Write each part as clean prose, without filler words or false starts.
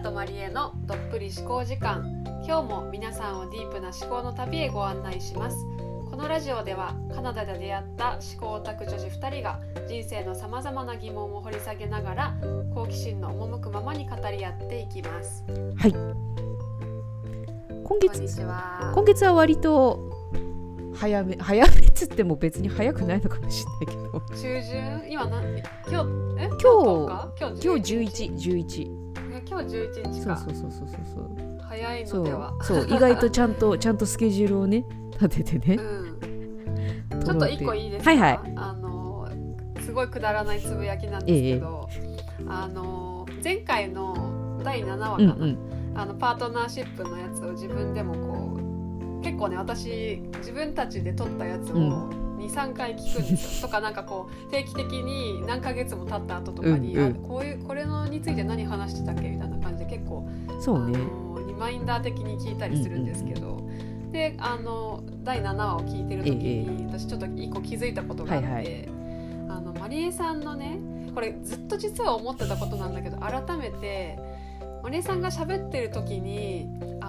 とマリエのどっぷり思考時間。今日も皆さんをディープな思考の旅へご案内します。このラジオではカナダで出会った思考オタク女子2人が人生のさまざまな疑問を掘り下げながら好奇心の赴くままに語り合っていきます。 はい。 こんにちは。 今月は割と早めっつっても別に早くないのかもしれないけど。 中旬？今今日 11。 今日11日か。 そう。 早いのでは。 そう意外とちゃんとスケジュールをね立ててね。 ちょっと一個いいですか？ はい。 すごいくだらないつぶやきなんですけど、前回の第7話かな、パートナーシップのやつを自分でもこう結構ね、私自分たちで撮ったやつを2、3回聞くんですよ。とかなんかこう定期的に何ヶ月も経った後とかに、これのについて何話してたっけみたいな感じで結構そうね、 リマインダー的に聞いたりするんですけど、で第7話を聞いてる時に、私ちょっと一個気づいたことがあって、マリエさんのね、これずっと実は思ってたことなんだけど、改めてマリエさんが喋ってる時に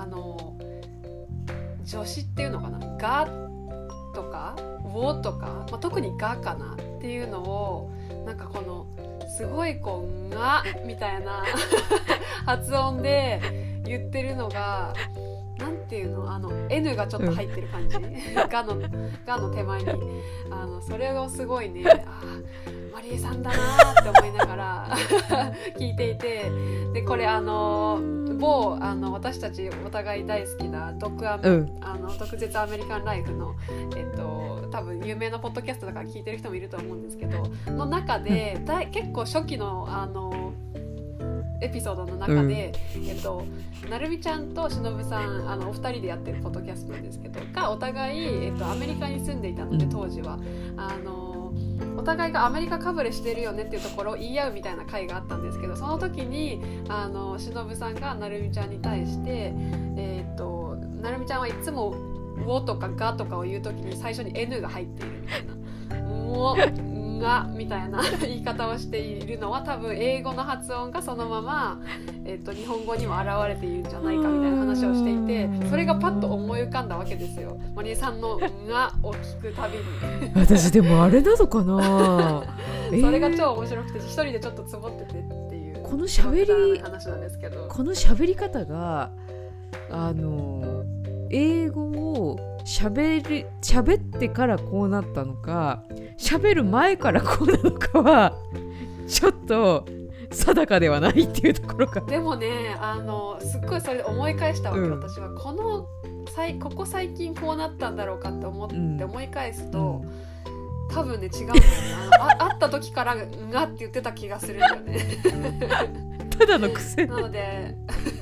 助詞っていうのかな、がとかをとか、特にがかなっていうのをなんかこのすごいこうがみたいな発音で言ってるのが、なんていうの、N がちょっと入ってる感じがの手前にそれがすごいね、マリエさんだなって思いながら聞いていて、でこれ某私たちお互い大好きな特絶アメリカンライフの多分有名なポッドキャストだから聞いてる人もいると思うんですけど、の中で結構初期のエピソードの中で、なるみちゃんとしのぶさんお二人でやってるポッドキャストなんですけどが、お互い、アメリカに住んでいたので、当時はお互いがアメリカかぶれしてるよねっていうところを言い合うみたいな回があったんですけど、その時にしのぶさんがなるみちゃんに対して、なるみちゃんはいつもをとかがとかを言う時に最初に N が入っているみたいな、もがみたいな言い方をしているのは、多分英語の発音がそのまま、日本語にも現れているんじゃないかみたいな話をしていて、それがパッと思い浮かんだわけですよ、マリエさんのがを聞くたびに私でもあれなのかなそれが超面白くて、一人でちょっとつぼっててっていうこの喋り方が英語を喋ってからこうなったのか、喋る前からこうなのかはちょっと定かではないっていうところが。 でもね、すっごいそれで思い返したわけ、私はここ最近こうなったんだろうかって思って思い返すと、多分ね違うんだよね。会った時からがって言ってた気がするんだよねただの癖なので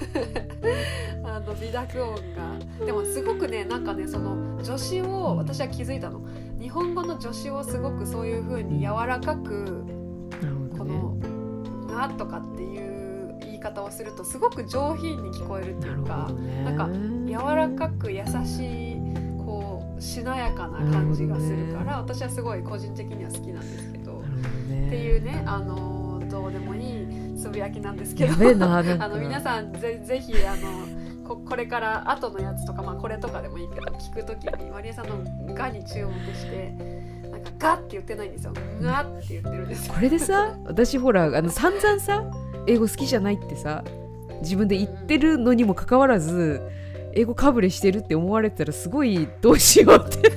微濁音が、でもすごくね、なんかね、その助詞を私は気づいたの。日本語の助詞をすごくそういう風に柔らかく、このがとかっていう言い方をするとすごく上品に聞こえるっていうか、なんか柔らかく優しいこうしなやかな感じがするから、私はすごい個人的には好きなんですけど、っていうね、どうでもいいつぶやきなんですけど皆さんぜひこれから後のやつとか、これとかでもいいけど聞くときにマリエさんのがに注目して、なんかがって言ってないんですよ、がって言ってるんですよ。 これでさ、私ほら散々さ英語好きじゃないってさ自分で言ってるのにもかかわらず、英語かぶれしてるって思われてたらすごいどうしようって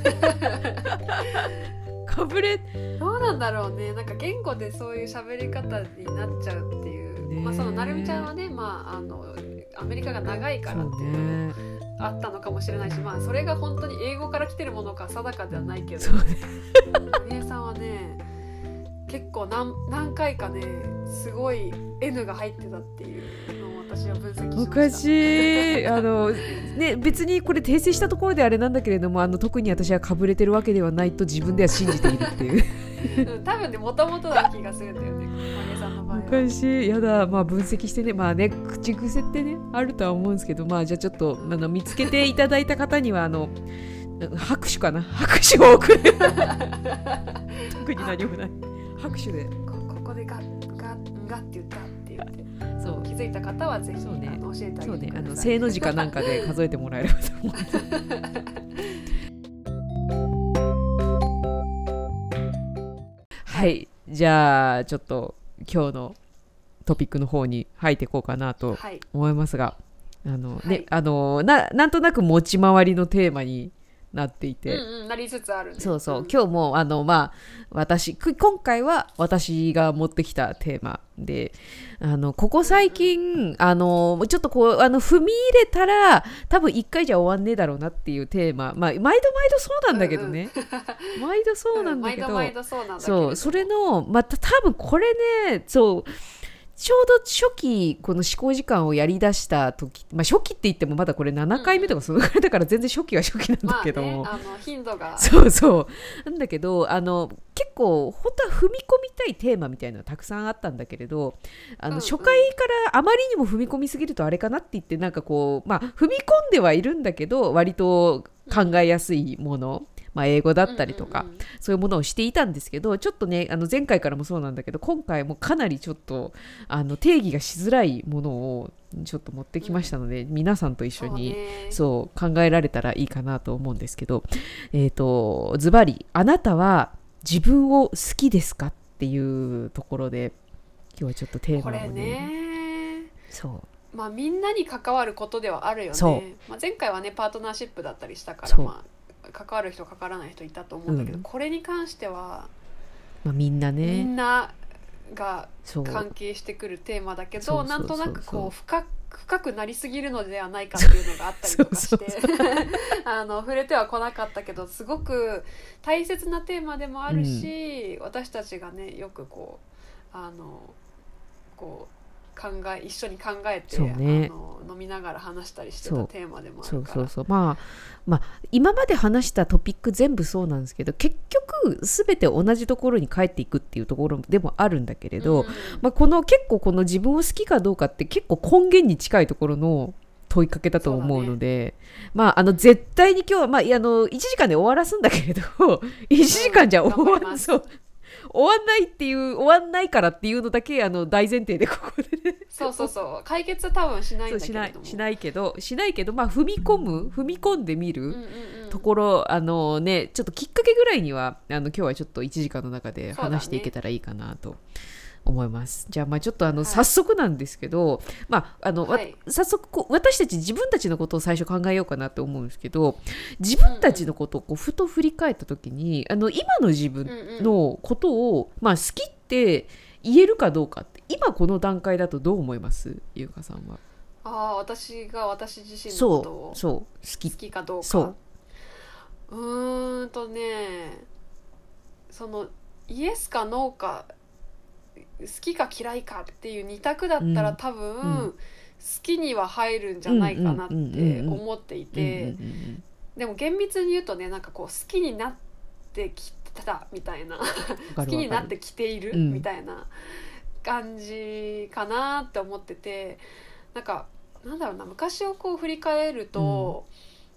かぶれどうなんだろうね、なんか言語でそういう喋り方になっちゃうっていう、そのなるみちゃんはね、アメリカが長いからっていうのもあったのかもしれないし、それが本当に英語から来てるものか定かではないけど、マリエさんはね結構何回かねすごい N が入ってたっていうのを私は分析しました。 おかしいね、別にこれ訂正したところであれなんだけれども、特に私はかぶれてるわけではないと自分では信じているっていう多分ね、もともとな気がするんだよね、マリエさんの場合は。 おかしい、やだ、分析してね、口癖ってねあるとは思うんですけど、じゃあちょっと見つけていただいた方には拍手かな、拍手を送る特に何もない拍手でここでガッって言ったって言ってそう気づいた方はぜひ、 そうね、 教えてあそうね、 げてください。 正の字かなんかで数えてもらえればと思うはい、じゃあちょっと今日のトピックの方に入っていこうかなと思いますが、ね、なんとなく持ち回りのテーマになっていて、 なりつつあるね。 そうそう、今日も今回は私が持ってきたテーマで、ここ最近、ちょっとこう踏み入れたら多分1回じゃ終わんねえだろうなっていうテーマ、毎度そうなんだけどね、毎度そうなんだけど、 毎度そうなんだけど、 そうそれの多分これね、そうちょうど初期この思考時間をやりだした時、初期って言ってもまだこれ7回目とかそのぐらいだから全然初期は初期なんだけども、 頻度がそうなんだけど、結構本当は踏み込みたいテーマみたいなのたくさんあったんだけれど、初回からあまりにも踏み込みすぎるとあれかなって言って、なんかこう踏み込んではいるんだけど割と考えやすいもの、英語だったりとか、そういうものをしていたんですけど、ちょっとね前回からもそうなんだけど、今回もかなりちょっと定義がしづらいものをちょっと持ってきましたので、皆さんと一緒にそう考えられたらいいかなと思うんですけど、ズバリあなたは自分を好きですかっていうところで今日はちょっとテーマをね、 これね、 そうみんなに関わることではあるよね。前回はねパートナーシップだったりしたから、関わる人関わらない人いたと思うんだけど、これに関しては、 みんなね、 みんなが関係してくるテーマだけど、なんとなくこう深くなりすぎるのではないかっていうのがあったりとかして触れてはこなかったけど、すごく大切なテーマでもあるし、私たちがねよくこう一緒に考えて、飲みながら話したりしてたテーマでもあるから、 今まで話したトピック全部そうなんですけど、結局全て同じところに帰っていくっていうところでもあるんだけれど、結構この自分を好きかどうかって結構根源に近いところの問いかけだと思うので、絶対に今日は、1時間で終わらすんだけれど1時間じゃ終わん終わんないからっていうのだけ大前提でここでねそう解決多分しないんだけれども、 しないけど踏み込んでみるところ、ちょっときっかけぐらいには今日はちょっと1時間の中で話していけたらいいかなと思います。じゃあちょっと早速なんですけど、早速私たち自分たちのことを最初考えようかなと思うんですけど、自分たちのことをふと振り返った時に、今の自分のことを、好きって言えるかどうかって今この段階だとどう思います？ゆうかさんは。 私が私自身のことを好きかどうか。そのイエスかノーか好きか嫌いかっていう二択だったら、多分、好きには入るんじゃないかなって思っていて、でも厳密に言うとね、なんかこう好きになってきたみたいな好きになってきているみたいな感じかなって思ってて、なんだろうな、昔をこう振り返ると、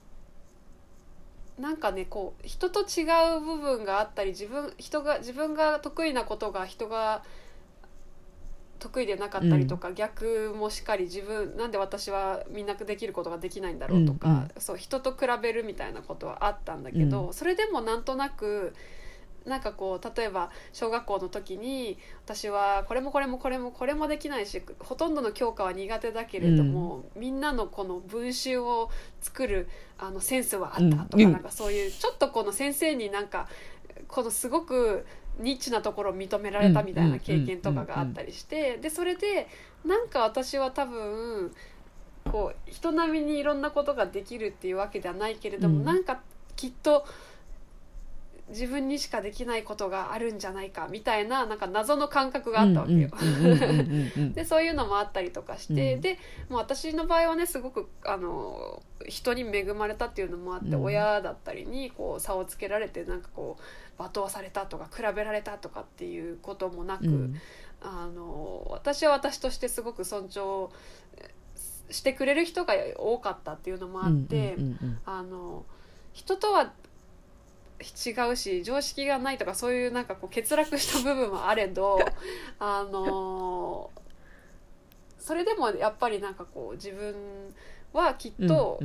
なんかねこう人と違う部分があったり、自分が得意なことが人が得意でなかったりとか、逆もしっかりなんで私はみんなできることができないんだろうとか、そう人と比べるみたいなことはあったんだけど、それでもなんとなくなんかこう例えば小学校の時に私はこれもできないし、ほとんどの教科は苦手だけれども、みんなのこの文集を作るセンスはあったとか、なんかそういうちょっとこの先生になんかこのすごくニッチなところを認められたみたいな経験とかがあったりして、でそれでなんか私は多分こう人並みにいろんなことができるっていうわけではないけれども、なんかきっと自分にしかできないことがあるんじゃないかみたいな、なんか謎の感覚があったわけよ。でそういうのもあったりとかして、でもう私の場合はねすごく人に恵まれたっていうのもあって、親だったりにこう差をつけられて、なんかこう罵倒されたとか比べられたとかっていうこともなく、私は私としてすごく尊重してくれる人が多かったっていうのもあって、人とは違うし常識がないとか、そういうなんかこう欠落した部分はあれどそれでもやっぱりなんかこう自分はきっと、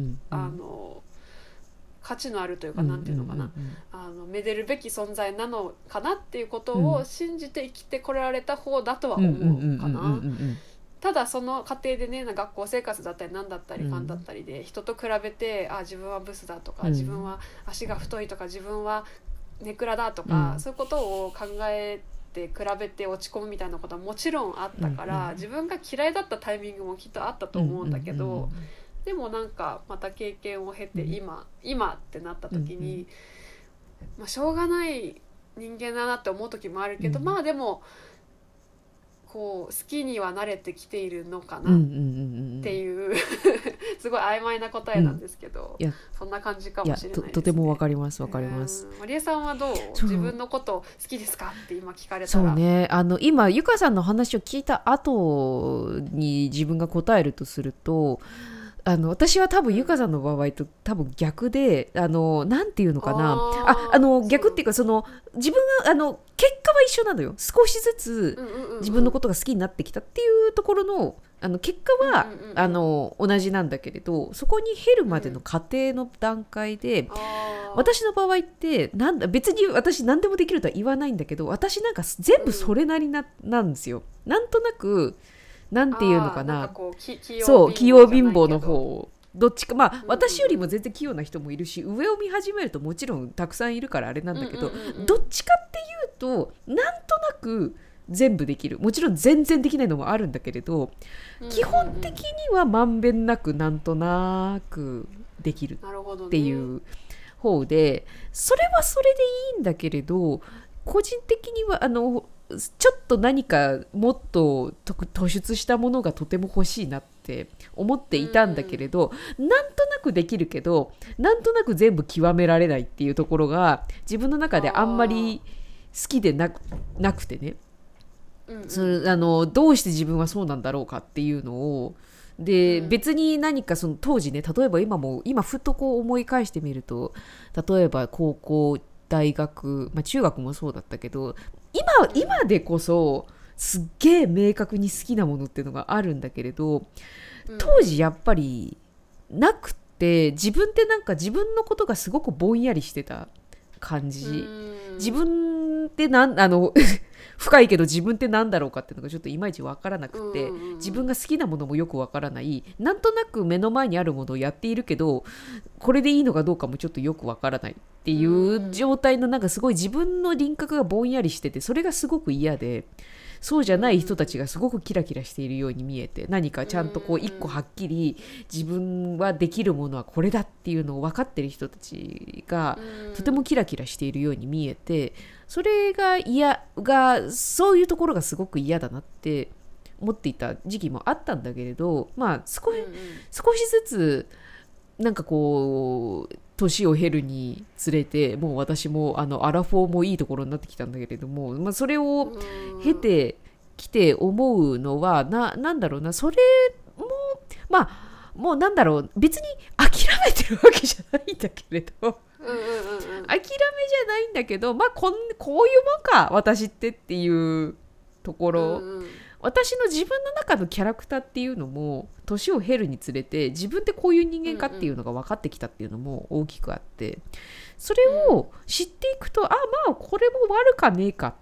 価値のあるというか、なんていうのかな、めでるべき存在なのかなっていうことを信じて生きてこられた方だとは思うかな。ただその過程でね、学校生活だったり何だったりかんだったりで人と比べて、自分はブスだとか、自分は足が太いとか、自分はネクラだとか、そういうことを考えて比べて落ち込むみたいなことはもちろんあったから、自分が嫌いだったタイミングもきっとあったと思うんだけど、でもなんかまた経験を経て今ってなった時に、しょうがない人間だなって思う時もあるけど、でもこう好きには慣れてきているのかなっていうすごい曖昧な答えなんですけど、そんな感じかもしれないですね。 とてもわかりますわかります。 まりえさんはどう？自分のこと好きですかって今聞かれたら。 そうね、今ゆかさんの話を聞いた後に自分が答えるとすると、私は多分ゆかさんの場合と多分逆で、なんていうのかな、逆っていうか、その自分が結果は一緒なのよ。少しずつ自分のことが好きになってきたっていうところの結果は同じなんだけれど、そこに減るまでの過程の段階で、私の場合って別に私何でもできるとは言わないんだけど、私なんか全部それなりなんですよ。なんとなくなんていうのかな、そう器用貧乏の方、どっちか、私よりも全然器用な人もいるし、上を見始めるともちろんたくさんいるからあれなんだけど、どっちかっていうとなんとなく全部できる。もちろん全然できないのもあるんだけれど、基本的にはまんべんなくなんとなくできるっていう方で、それはそれでいいんだけれど、個人的にはちょっと何かもっと突出したものがとても欲しいなって思っていたんだけれど、なんとなくできるけどなんとなく全部極められないっていうところが自分の中であんまり好きでなくてね、どうして自分はそうなんだろうかっていうのをで、別に何かその当時ね、例えば今ふとこう思い返してみると、例えば高校大学、中学もそうだったけど、今でこそすっげえ明確に好きなものっていうのがあるんだけれど、当時やっぱりなくて、自分ってなんか自分のことがすごくぼんやりしてた感じ。自分って深いけど自分って何だろうかっていうのがちょっといまいち分からなくて、自分が好きなものもよく分からない、なんとなく目の前にあるものをやっているけどこれでいいのかどうかもちょっとよく分からないっていう状態の、なんかすごい自分の輪郭がぼんやりしてて、それがすごく嫌で、そうじゃない人たちがすごくキラキラしているように見えて、何かちゃんとこう一個はっきり自分はできるものはこれだっていうのを分かってる人たちがとてもキラキラしているように見えて、それがそういうところがすごく嫌だなって思っていた時期もあったんだけれど、少しずつなんかこう年を経るにつれて、もう私もアラフォーもいいところになってきたんだけれども、それを経てきて思うのはなんだろうな、それももうなんだろう、別に諦めてるわけじゃないんだけれど、諦めじゃないんだけど、こういうもんか私っていうところ、私の自分の中のキャラクターっていうのも年を経るにつれて自分ってこういう人間かっていうのが分かってきたっていうのも大きくあって、それを知っていくと、これも悪かねえかって、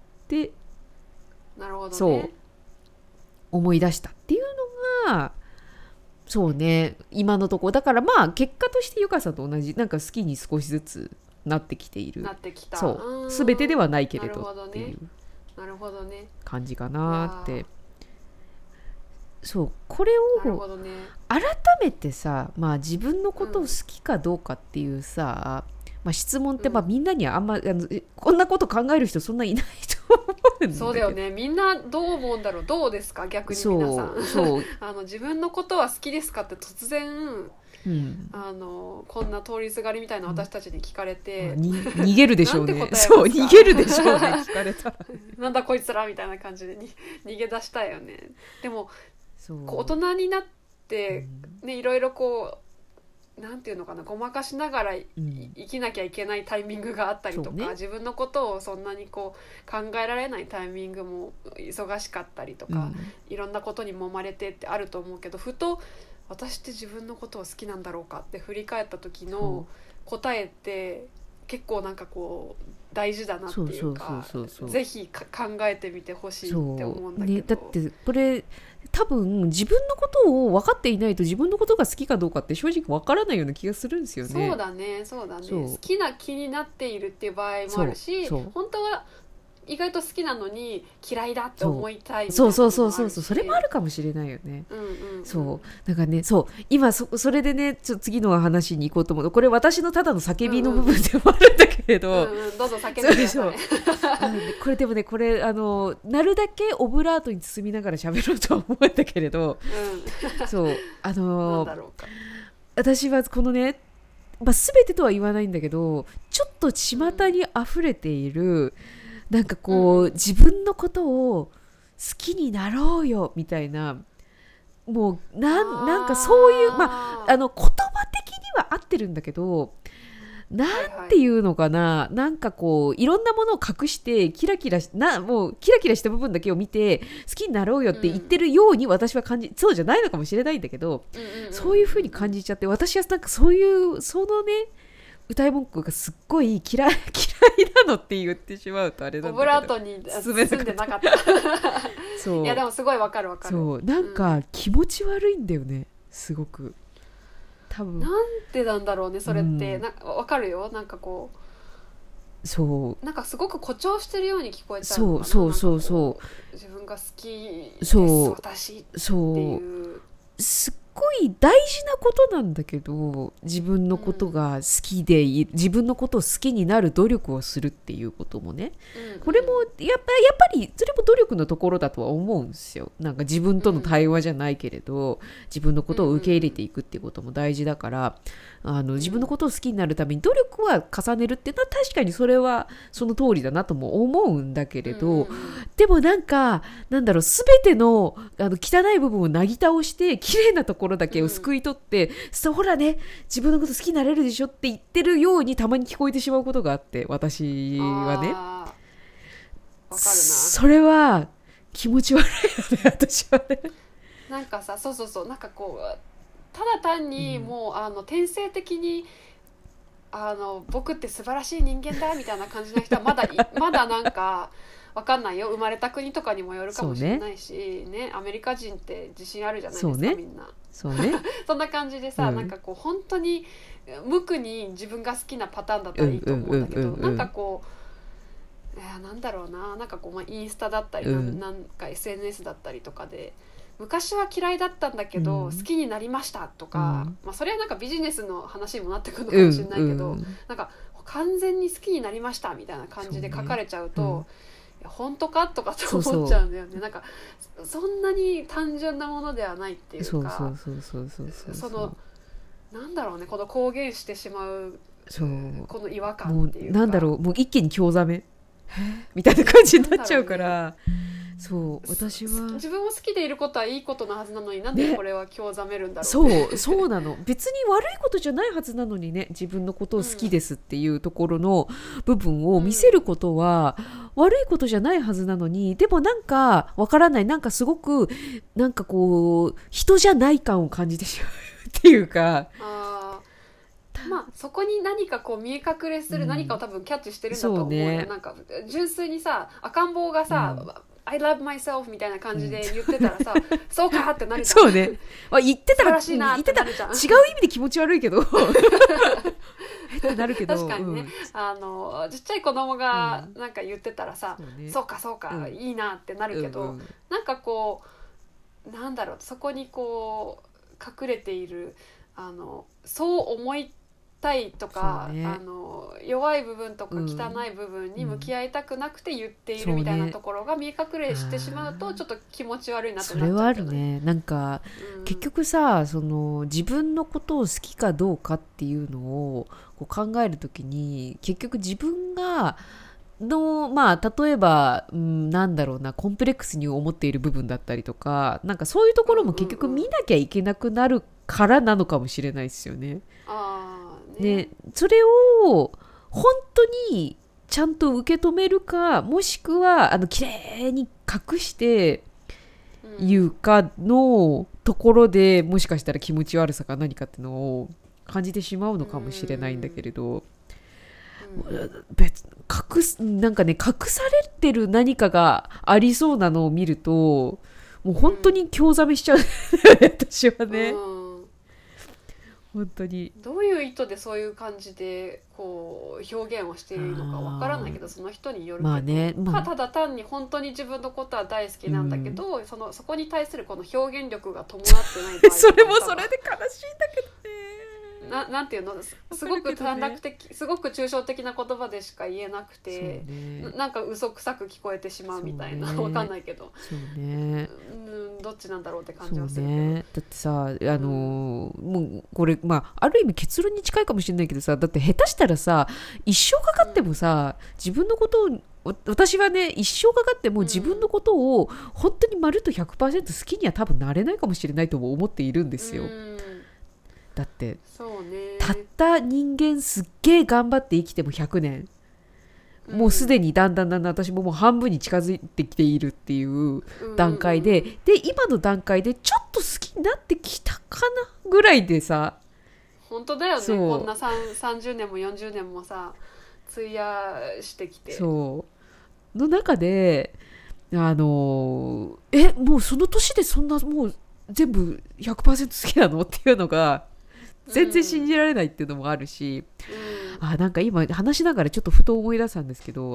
なるほどね、 そう思い出したっていうのが、そうね、今のところだから結果としてゆかさんと同じ、なんか好きに少しずつなってきている、そう全てではないけれどっていう感じかなって。そうこれを改めてさ、自分のことを好きかどうかっていうさ、質問ってみんなにはあんまこんなこと考える人そんないないと思うんだけど。 そうだよね、みんなどう思うんだろう。どうですか逆に皆さん。 そう自分のことは好きですかって突然、こんな通りすがりみたいな私たちに聞かれて、 逃げるでしょうね。そう逃げるでしょうね聞かれたらなんだこいつらみたいな感じで逃げ出したいよね。でも大人になって、いろいろこうなんていうのかな、ごまかしながら生きなきゃいけないタイミングがあったりとか、 そうね自分のことをそんなにこう考えられないタイミングも忙しかったりとか、いろんなことに揉まれてってあると思うけど、ふと私って自分のことを好きなんだろうかって振り返った時の答えって結構なんかこう大事だなっていうか、ぜひ考えてみてほしいって思うんだけど、 だってこれ多分自分のことを分かっていないと自分のことが好きかどうかって正直分からないような気がするんですよね。 そうだね好きな気になっているっていう場合もあるし、本当は意外と好きなのに嫌いだって思いたいみたいなのもあるし、 それもあるかもしれないよね。 そうなんかね、今それでね、次の話に行こうと思う。これ私のただの叫びの部分でもあるんだけれど、 どうぞ叫んでください。 これでもね、なるだけオブラートに包みながら喋ろうとは思うんだけれど、 なんだろうか、 私はこのね、全てとは言わないんだけど、ちょっと巷に溢れている、なんかこう、自分のことを好きになろうよみたいな、もうなんかそういう、言葉的には合ってるんだけど、なんていうのかな、なんかこういろんなものを隠してもうキラキラした部分だけを見て好きになろうよって言ってるように私はそうじゃないのかもしれないんだけど、そういう風に感じちゃって、私はなんかそのね歌い文句がすっごい嫌いなのって言ってしまうとあれなんだけど、 オブラートに包んでなかったいやでもすごいわかるそうなんか気持ち悪いんだよね、すごく。多分なんでなんだろうねそれって、わかるよ、なんかこうそうなんかすごく誇張してるように聞こえたのかな。そう自分が好きです私っていうすっごい大事なことなんだけど、自分のことが好きで自分のことを好きになる努力をするっていうこともね、これもやっぱりそれも努力のところだとは思うんですよ。なんか自分との対話じゃないけれど、自分のことを受け入れていくっていうことも大事だから、自分のことを好きになるために努力は重ねるっていうのは確かにそれはその通りだなとも思うんだけれど、でもなんか全ての汚い部分をなぎ倒して綺麗なところだけをすくい取って、ほらね自分のこと好きになれるでしょって言ってるようにたまに聞こえてしまうことがあって、私はね、 わかるな。 それは気持ち悪いよね、私はね。 なんかさ、そうなんかこうただ単にもう、天性的に僕って素晴らしい人間だみたいな感じの人はまだなんかわかんないよ、生まれた国とかにもよるかもしれないし、ね、アメリカ人って自信あるじゃないですか、みんなそうねそんな感じでさ、なんかこう本当に無垢に自分が好きなパターンだったらいいと思うんだけど、なんかこうなんだろうな、なんかこう、インスタだったり、なんか SNS だったりとかで昔は嫌いだったんだけど、好きになりましたとか、それはなんかビジネスの話にもなってくるのかもしれないけど、なんか完全に好きになりましたみたいな感じで書かれちゃうと、いや本当かとかって思っちゃうんだよね。なんかそんなに単純なものではないっていうか、なんだろうね、この公言してしまうこの違和感っていうか、 なんだろう、もう一気に興ざめみたいな感じになっちゃうから、そう私は自分を好きでいることはいいことなはずなのに、なんでこれは興ざめるんだろうね。 そうなの、別に悪いことじゃないはずなのにね、自分のことを好きですっていうところの部分を見せることは悪いことじゃないはずなのに、でもなんかわからない、なんかすごくなんかこう人じゃない感を感じてしまうっていうか、 そこに何かこう見え隠れする何かを多分キャッチしてるんだと思うよ。なんか純粋にさ、赤ん坊がさ、I love myself みたいな感じで言ってたらさ、そうかってなるじゃん。 そうね、言ってたら違う意味で気持ち悪いけどってなるけど、 確かにね、ちっちゃい子供がなんか言ってたらさ、そうか、いいなってなるけど、なんかこうなんだろう、そこにこう隠れているそう思いたいとか、弱い部分とか汚い部分に向き合いたくなくて言っているみたいなところが見え隠れしてしまうと、ちょっと気持ち悪いなってなっちゃう。 それはあるね。なんか、結局さ、自分のことを好きかどうかっていうのをこう考えるときに、結局自分が例えば、なんだろうな、コンプレックスに思っている部分だったりとか、なんかそういうところも結局見なきゃいけなくなるからなのかもしれないですよね。 あーね、それを本当にちゃんと受け止めるか、もしくは綺麗に隠して言うかのところで、もしかしたら気持ち悪さか何かっていうのを感じてしまうのかもしれないんだけれど、なんかね、隠されてる何かがありそうなのを見ると、もう本当に興ざめしちゃう、私はね、本当にどういう意図でそういう感じでこう表現をしているのかわからないけど、その人によるけど、 まあね、 ただ単に本当に自分のことは大好きなんだけど、そこに対するこの表現力が伴ってない場合それもそれで悲しいんだけどね。 なんていうの、すごく短絡的、すごく抽象的な言葉でしか言えなくて、なんか嘘くさく聞こえてしまうみたいな、わかんないけど、 そうね、 どっちなんだろうって感じはするけど、 ね、だってさ、もうこれ、ある意味結論に近いかもしれないけどさ、だって下手したらさ、一生かかってもさ、自分のことを、私はね、一生かかっても自分のことを本当にまるっと 100% 好きには多分なれないかもしれないとも思っているんですよ。だってそうね、 たった人間すっげー頑張って生きても100年、もうすでにだんだん私ももう半分に近づいてきているっていう段階で、今の段階でちょっと好きになってきたかなぐらいでさ、 本当だよね、こんな30年も40年もさ費やしてきて、 そうの中でもうその年でそんなもう全部 100% 好きなのっていうのが全然信じられないっていうのもあるし、なんか今話しながらちょっとふと思い出したんですけど、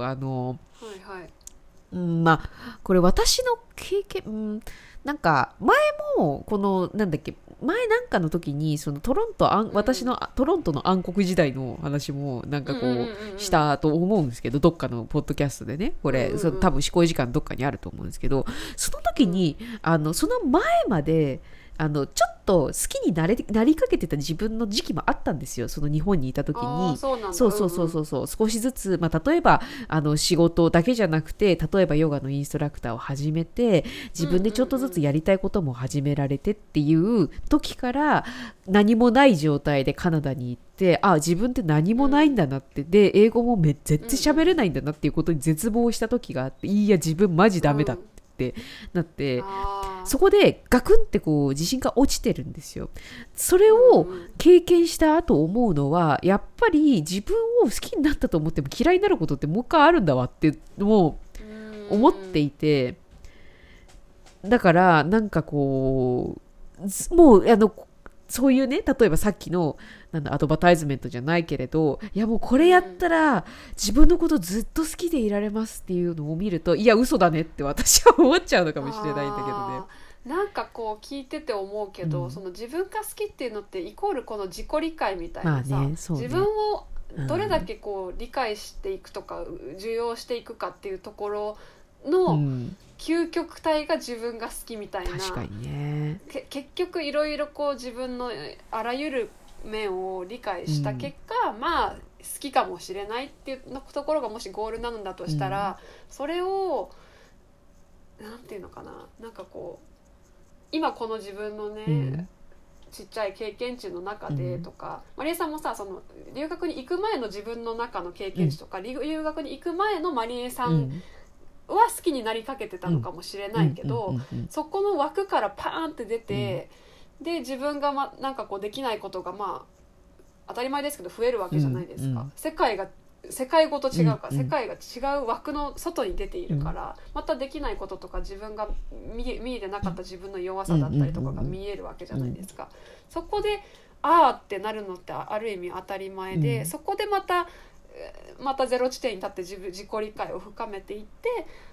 これ私の経験、なんか前もこのなんだっけ、前なんかの時にその私のトロントの暗黒時代の話もなんかこうしたと思うんですけど、どっかのポッドキャストでね、これ多分思考時間どっかにあると思うんですけど、その時にその前までちょっと好きになりかけてた自分の時期もあったんですよ、その日本にいた時に。そう少しずつ、例えば仕事だけじゃなくて、例えばヨガのインストラクターを始めて、自分でちょっとずつやりたいことも始められてっていう時から、何もない状態でカナダに行って、自分って何もないんだなって、で英語も絶対喋れないんだなっていうことに絶望した時があって、いや自分マジダメだってなって、そこでガクンってこう自信が落ちてるんですよ。それを経験した後思うのは、やっぱり自分を好きになったと思っても嫌いになることってもう一回あるんだわってもう思っていて、だからなんかこうもうそういうね、例えばさっきのアドバタイズメントじゃないけれど、いやもうこれやったら自分のことずっと好きでいられますっていうのを見ると、いや嘘だねって私は思っちゃうのかもしれないんだけどね。 なんかこう聞いてて思うけど、その自分が好きっていうのってイコールこの自己理解みたいなさ、自分をどれだけこう理解していくとか受容していくかっていうところの究極体が自分が好きみたいな、 確かにね、 結局いろいろこう自分のあらゆる面を理解した結果、好きかもしれないっていうところがもしゴールなんだとしたら、それをなんていうのかな、なんかこう今この自分のね、ちっちゃい経験値の中でとか、マリエさんもさ、その留学に行く前の自分の中の経験値とか、留学に行く前のマリエさんは好きになりかけてたのかもしれないけど、そこの枠からパーンって出て、で自分がなんかこうできないことが当たり前ですけど増えるわけじゃないですか、世界ごと違うから、世界が違う枠の外に出ているから、またできないこととか自分が見えてなかった自分の弱さだったりとかが見えるわけじゃないですか、そこでってなるのってある意味当たり前で、そこでまたゼロ地点に立って自己理解を深めていって、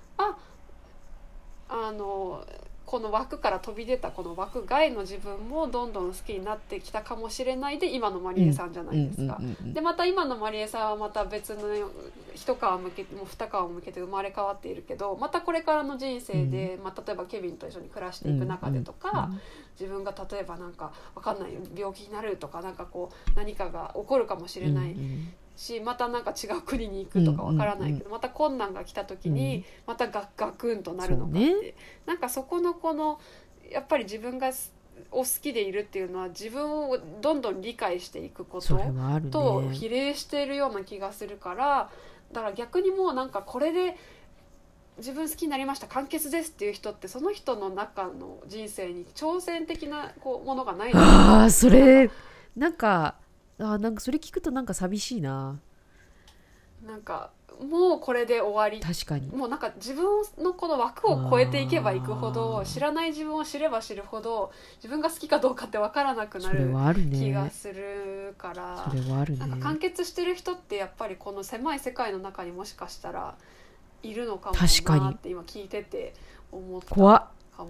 この枠から飛び出たこの枠外の自分もどんどん好きになってきたかもしれないで今のマリエさんじゃないですか。でまた今のマリエさんはまた別の一皮向けてもう二皮向けて生まれ変わっているけど、またこれからの人生で、例えばケビンと一緒に暮らしていく中でとか、自分が例えばなんか分かんない病気になるとか、なんかこう何かが起こるかもしれないし、またなんか違う国に行くとかわからないけど、また困難が来た時にまたガクンとなるのかって、なんかそこのこのやっぱり自分がを好きでいるっていうのは自分をどんどん理解していくこそとれはあるね。 と比例しているような気がするから、だから逆にもうなんかこれで自分好きになりました完結ですっていう人ってその人の中の人生に挑戦的なこうものがないのかなああ、それなんかなんかそれ聞くとなんか寂しいな。 なんかもうこれで終わり、 確かに。 もうなんか自分のこの枠を超えていけばいくほど、知らない自分を知れば知るほど自分が好きかどうかって分からなくなそれるはある気がね。 するから、 それはあるね。 なんか完結してる人ってやっぱりこの狭い世界の中にもしかしたらいるのかも確かになって今聞いてて思った怖っ。 かも。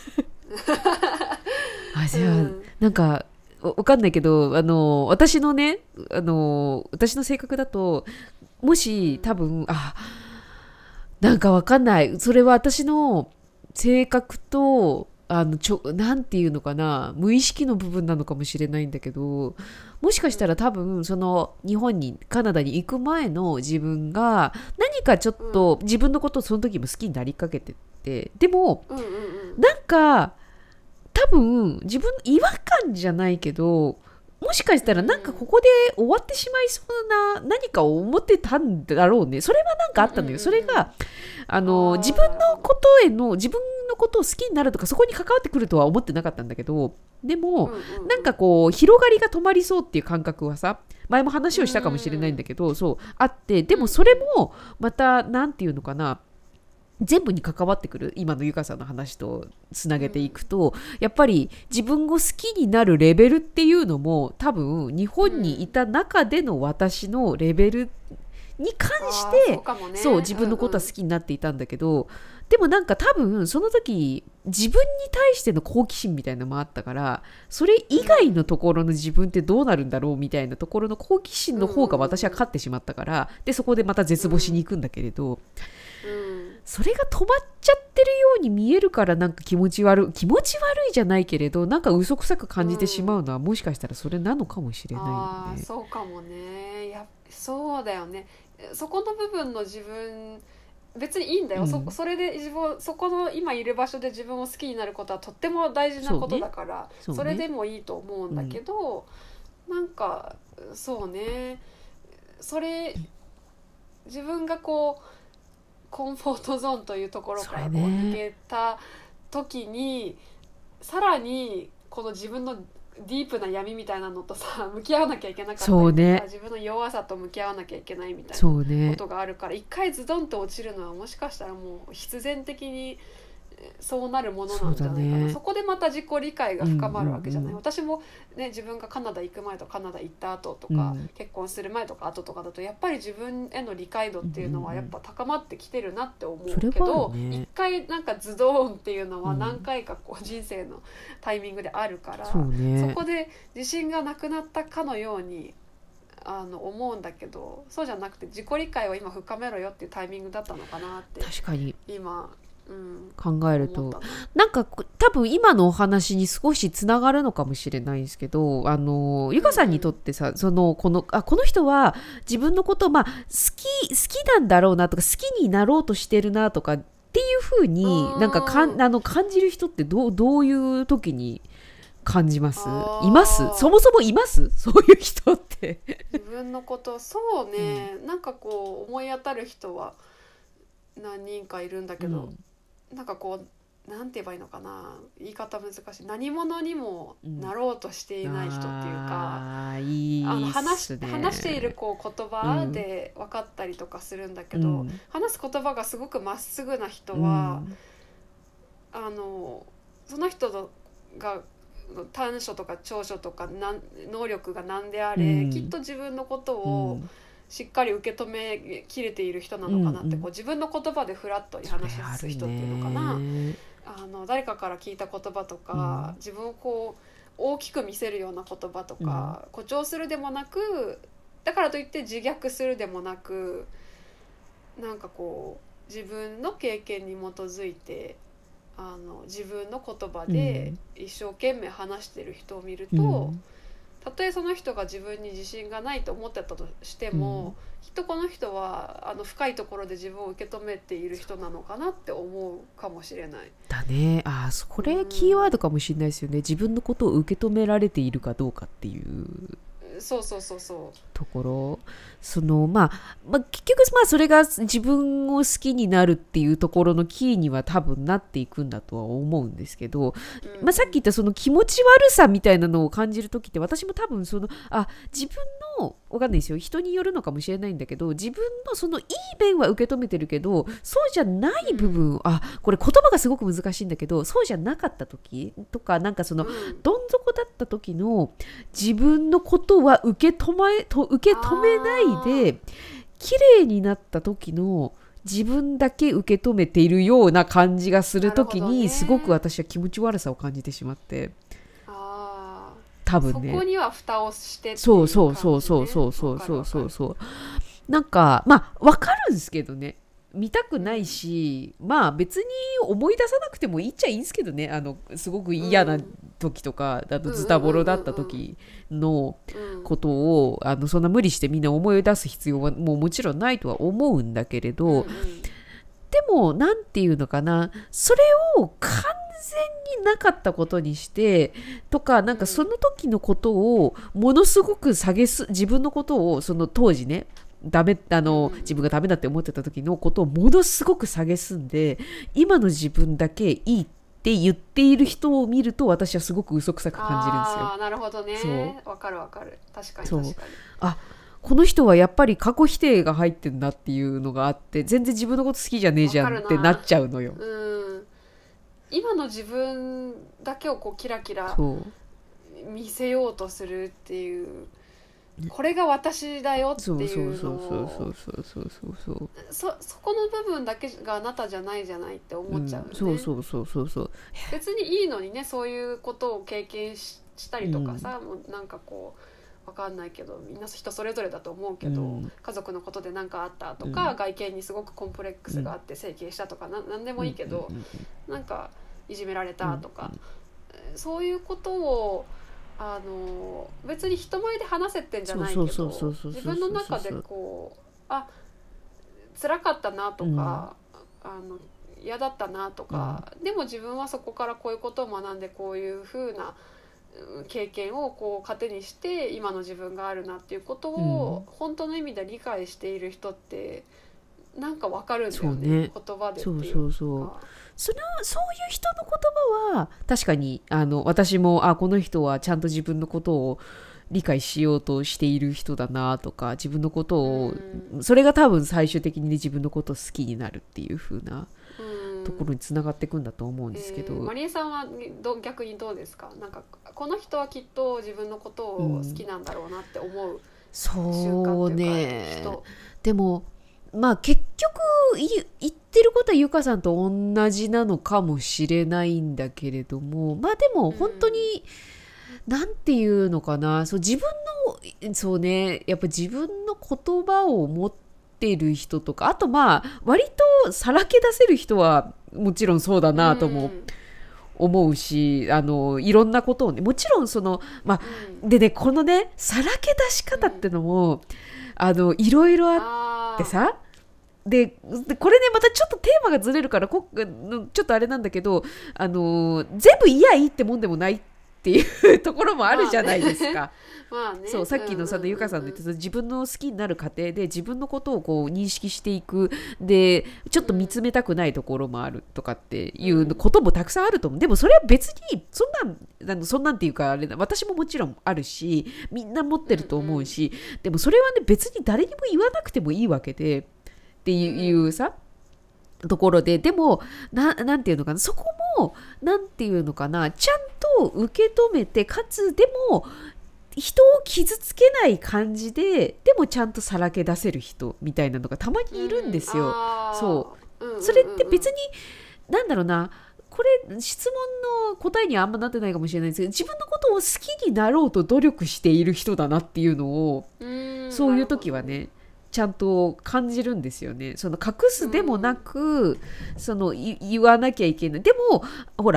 じゃあ、なんかわかんないけど、私のね、私の性格だと、もし多分、なんかわかんない。それは私の性格と、なんていうのかな、無意識の部分なのかもしれないんだけど、もしかしたら多分、その日本に、カナダに行く前の自分が、何かちょっと自分のことをその時も好きになりかけてて、でも、なんか、多分自分の違和感じゃないけど、もしかしたらなんかここで終わってしまいそうな何かを思ってたんだろうね。それはなんかあったんだよ。それが自分のことを好きになるとかそこに関わってくるとは思ってなかったんだけど、でもなんかこう広がりが止まりそうっていう感覚はさ、前も話をしたかもしれないんだけど、そうあって、でもそれもまたなんていうのかな、全部に関わってくる、今のゆかさんの話とつなげていくと、やっぱり自分を好きになるレベルっていうのも多分日本にいた中での私のレベルに関して、そう自分のことは好きになっていたんだけど、でもなんか多分その時自分に対しての好奇心みたいなのもあったから、それ以外のところの自分ってどうなるんだろうみたいなところの好奇心の方が私は勝ってしまったから、でそこでまた絶望しに行くんだけれど、それが止まっちゃってるように見えるから、なんか気持ち悪いじゃないけれど、なんか嘘くさく感じてしまうのは、もしかしたらそれなのかもしれないよね。 そうかもね。そうだよね。そこの部分の自分別にいいんだよ、それでそこの今いる場所で自分を好きになることはとっても大事なことだから、それでもいいと思うんだけど、なんかそうね、それ自分がこうコンフォートゾーンというところからこう抜けた時に、さらにこの自分のディープな闇みたいなのとさ向き合わなきゃいけなかったりとか、自分の弱さと向き合わなきゃいけないみたいなことがあるから、一回ズドンと落ちるのはもしかしたらもう必然的にそうなるものなんじゃないかな。 そこでまた自己理解が深まるわけじゃない。私もね、自分がカナダ行く前とカナダ行った後とか、結婚する前とか後とかだとやっぱり自分への理解度っていうのはやっぱ高まってきてるなって思うけど、一回なんかズドーンっていうのは何回かこう人生のタイミングであるから、そこで自信がなくなったかのように思うんだけど、そうじゃなくて自己理解を今深めろよっていうタイミングだったのかなって確かに今考えると、なんか多分今のお話に少しつながるのかもしれないんですけど、ゆかさんにとってさ、この人は自分のことを、好きなんだろうなとか、好きになろうとしてるなとかっていう風になんか感じる人ってどういう時に感じます？います？そもそもいます？そういう人って自分のことそうね、なんかこう思い当たる人は何人かいるんだけど、なんかこうなんて言えばいいのかな、言い方難しい、何者にもなろうとしていない人っていうか、話しているこう言葉で分かったりとかするんだけど、話す言葉がすごくまっすぐな人は、その人が短所とか長所とか能力が何であれ、きっと自分のことをしっかり受け止めきれている人なのかなって、こう自分の言葉でフラットに話す人っていうのかな、誰かから聞いた言葉とか、自分をこう大きく見せるような言葉とか、誇張するでもなく、だからといって自虐するでもなく、なんかこう自分の経験に基づいて自分の言葉で一生懸命話してる人を見ると、 たとえその人が自分に自信がないと思ってたとしても、きっとこの人は深いところで自分を受け止めている人なのかなって思うかもしれない。 だね。これキーワードかもしれないですよね。自分のことを受け止められているかどうかっていうそうそうそうそう。 ところ。結局それが自分を好きになるっていうところのキーには多分なっていくんだとは思うんですけど、さっき言ったその気持ち悪さみたいなのを感じる時って、私も多分自分のわかんないですよ、人によるのかもしれないんだけど、自分のそのいい面は受け止めてるけど、そうじゃない部分、これ言葉がすごく難しいんだけど、そうじゃなかった時とか、なんかその、どん底だった時の自分のことは受け止めないで、綺麗になった時の自分だけ受け止めているような感じがする時に、すごく私は気持ち悪さを感じてしまって、多分ね、 そこには蓋をしてっていうそう感じ、ね、 そうなんか分かるんですけどね、見たくないし、別に思い出さなくてもいいっちゃいいんですけどね、すごく嫌な時とか、ズタボロだった時のことをそんな無理してみんな思い出す必要はもちろんないとは思うんだけれど、でもなんていうのかな、それを完全になかったことにしてとか、なんかその時のことをものすごく自分のことをその当時ね、自分がダメだって思ってた時のことをものすごく蔑んで、今の自分だけいいって言っている人を見ると、私はすごく嘘くさく感じるんですよ。 なるほどね。わかる確かにこの人はやっぱり過去否定が入ってんだっていうのがあって、全然自分のこと好きじゃねえじゃんってなっちゃうのよ。 今の自分だけをこうキラキラ見せようとするっていう、これが私だよっていうのを、そこの部分だけがあなたじゃないじゃないって思っちゃうよね。別にいいのにね、そういうことを経験したりとかさ、もうなんかこう分かんないけど、みんな人それぞれだと思うけど、家族のことで何かあったとか、外見にすごくコンプレックスがあって整形したとか、なんでもいいけど、なんかいじめられたとか、そういうことを別に人前で話せてんじゃないけど、自分の中でこう辛かったなとか、嫌だったなとか、でも自分はそこからこういうことを学んで、こういう風な経験をこう糧にして今の自分があるなっていうことを本当の意味で理解している人ってなんか分かるんだよね、言葉でっていうか。 そういう人の言葉は確かに私もこの人はちゃんと自分のことを理解しようとしている人だなとか、自分のことを、それが多分最終的に、自分のことを好きになるっていう風なところにつながっていくんだと思うんですけど、 マリエさんは逆にどうですか？なんかこの人はきっと自分のことを好きなんだろうなって思う瞬間っていうか、人。 でも結局言ってることはゆかさんと同じなのかもしれないんだけれども、でも本当に、なんていうのかな、自分のやっぱ自分の言葉を持ってる人とか、あと割とさらけ出せる人はもちろんそうだなとも思うし、いろんなことをね、もちろんでね、このねさらけ出し方ってのもいろいろあってさ、でこれねまたちょっとテーマがずれるからちょっとあれなんだけど、全部いいってもんでもないっていうところもあるじゃないですか。そうさっきのゆかさんの言ってた、自分の好きになる過程で自分のことをこう認識していく、でちょっと見つめたくないところもあるとかっていうこともたくさんあると思う。でもそれは別にそんなんっていうか、あれ私ももちろんあるし、みんな持ってると思うし、でもそれはね別に誰にも言わなくてもいいわけでっていうさ、ところで、でもなんていうのかな、そこもなんていうのかな、ちゃんと受け止めて、かつでも人を傷つけない感じで、でもちゃんとさらけ出せる人みたいなのがたまにいるんですよ。それって別になんだろうな、これ質問の答えにはあんまなってないかもしれないですけど、自分のことを好きになろうと努力している人だなっていうのを、そういう時はねちゃんと感じるんですよね。隠すでもなく、言わなきゃいけない。でもほら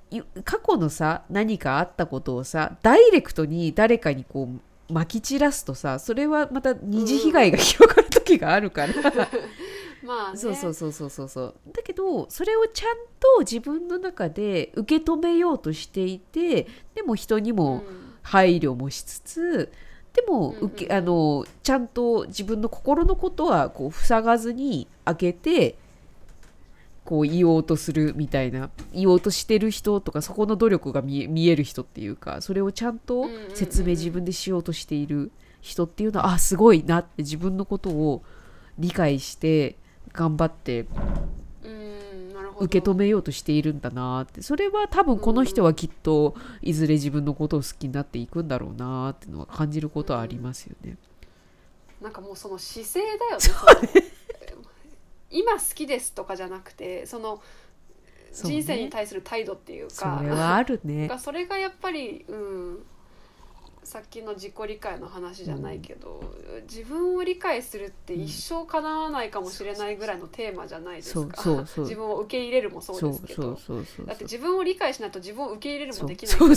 過去のさ何かあったことをさダイレクトに誰かにこう撒き散らすとさ、それはまた二次被害が広がる時があるから、 まあね、 そうだけどそれをちゃんと自分の中で受け止めようとしていて、でも人にも配慮もしつつ、でもちゃんと自分の心のことはこう塞がずに開けてこう言おうとするみたいな、言おうとしてる人とか、そこの努力が見える人っていうか、それをちゃんと説明自分でしようとしている人っていうのは、すごいなって自分のことを理解して頑張って受け止めようとしているんだなって。それは多分この人はきっといずれ自分のことを好きになっていくんだろうなっていうのは感じることはありますよね。 なんかもうその姿勢だよね。今好きですとかじゃなくて、その人生に対する態度っていうか、 それはあるね。 それがやっぱり、さっきの自己理解の話じゃないけど、自分を理解するって一生叶わないかもしれないぐらいのテーマじゃないですか。自分を受け入れるもそうですけど、だって自分を理解しないと自分を受け入れるもできないから、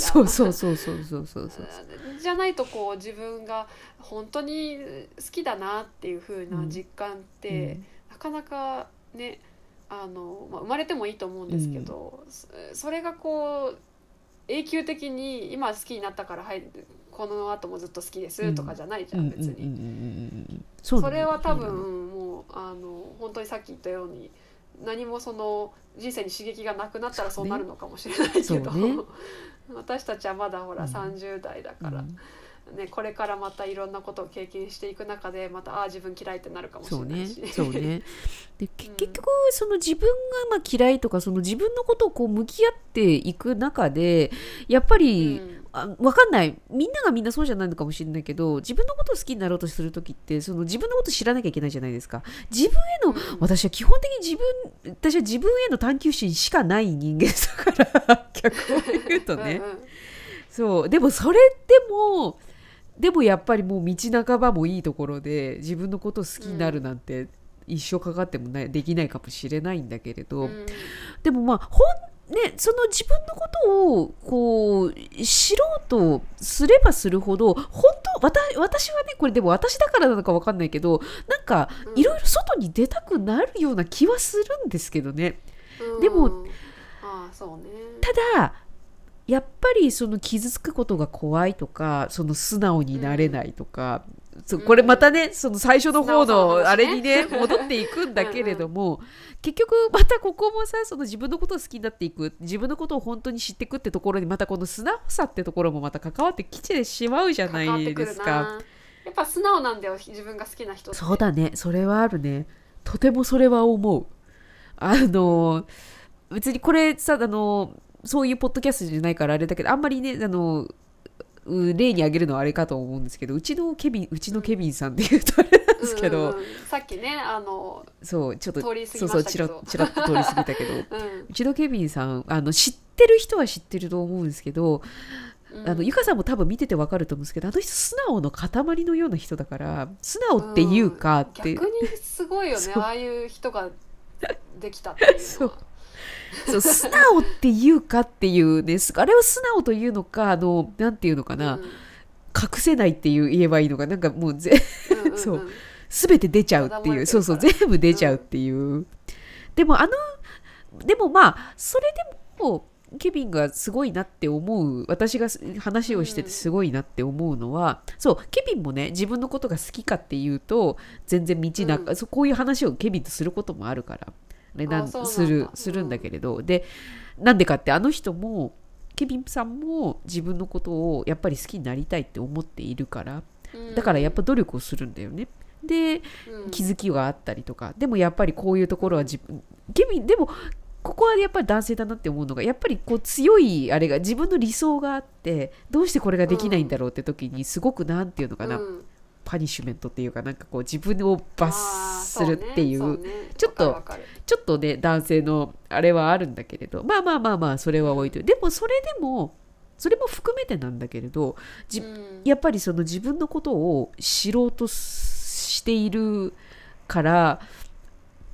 じゃないとこう自分が本当に好きだなっていう風な実感って、なかなかね、生まれてもいいと思うんですけど、それがこう永久的に今好きになったからこの後もずっと好きですとかじゃないじゃん、別に。それは多分もう本当にさっき言ったように、何もその人生に刺激がなくなったらそうなるのかもしれないけど、私たちはまだほら30代だから、これからまたいろんなことを経験していく中で、また自分嫌いってなるかもしれないし、 で結局その自分が嫌いとか、その自分のことをこう向き合っていく中で、やっぱり、分かんない、みんながみんなそうじゃないのかもしれないけど、自分のことを好きになろうとする時って、その自分のことを知らなきゃいけないじゃないですか。自分への、私は基本的に私は自分への探求心しかない人間だから逆を言うとねそうでもそれでもやっぱりもう道半ばもいいところで、自分のことを好きになるなんて一生かかってもできないかもしれないんだけれど、でもその自分のことをこう知ろうとすればするほど、本当私はね、これでも私だからなのか分かんないけど、なんかいろいろ外に出たくなるような気はするんですけどね。でもただやっぱりその傷つくことが怖いとか、その素直になれないとか、これまたね、その最初の方のあれにね戻っていくんだけれども、結局またここもさ、その自分のことを好きになっていく、自分のことを本当に知っていくってところに、またこの素直さってところもまた関わってきてしまうじゃないですか。 やっぱ素直なんだよ、自分が好きな人って。 そうだね、それはあるね。とてもそれは思う。別にこれさ、そういうポッドキャストじゃないからあれだけど、あんまりね、例に挙げるのはあれかと思うんですけど、うちのケビンさんっていうとあれなんですけど、 さっきねそうちょっと通り過ぎましたけど、 ちらっと通り過ぎたけど、うちのケビンさん知ってる人は知ってると思うんですけど、ゆかさんも多分見てて分かると思うんですけど、あの人素直の塊のような人だから、素直っていうかって、 逆にすごいよね、ああいう人ができたっていうのは。 そう素直っていうかっていうね、あれを素直というのか、なんていうのかな、隠せないって言えばいいのか、なんかもうそう全て出ちゃうっていう、そう全部出ちゃうっていう、でもまあそれでもケビンがすごいなって思う、私が話をしててすごいなって思うのは、そうケビンもね、自分のことが好きかっていうと全然こういう話をケビンとすることもあるからするんだけれど、でなんでかって、あの人もケビンさんも自分のことをやっぱり好きになりたいって思っているから、だからやっぱ努力をするんだよね。で気づきがあったりとか、でもやっぱりこういうところはケビンでもここはやっぱり男性だなって思うのが、やっぱりこう強いあれが、自分の理想があって、どうしてこれができないんだろうって時に、すごくなんていうのかな、パニッシュメントっていうか、なんかこう自分を罰するっていう、ちょっとね男性のあれはあるんだけれど、まあそれは置いといて、でもそれも含めてなんだけれど、やっぱりその自分のことを知ろうとしているから、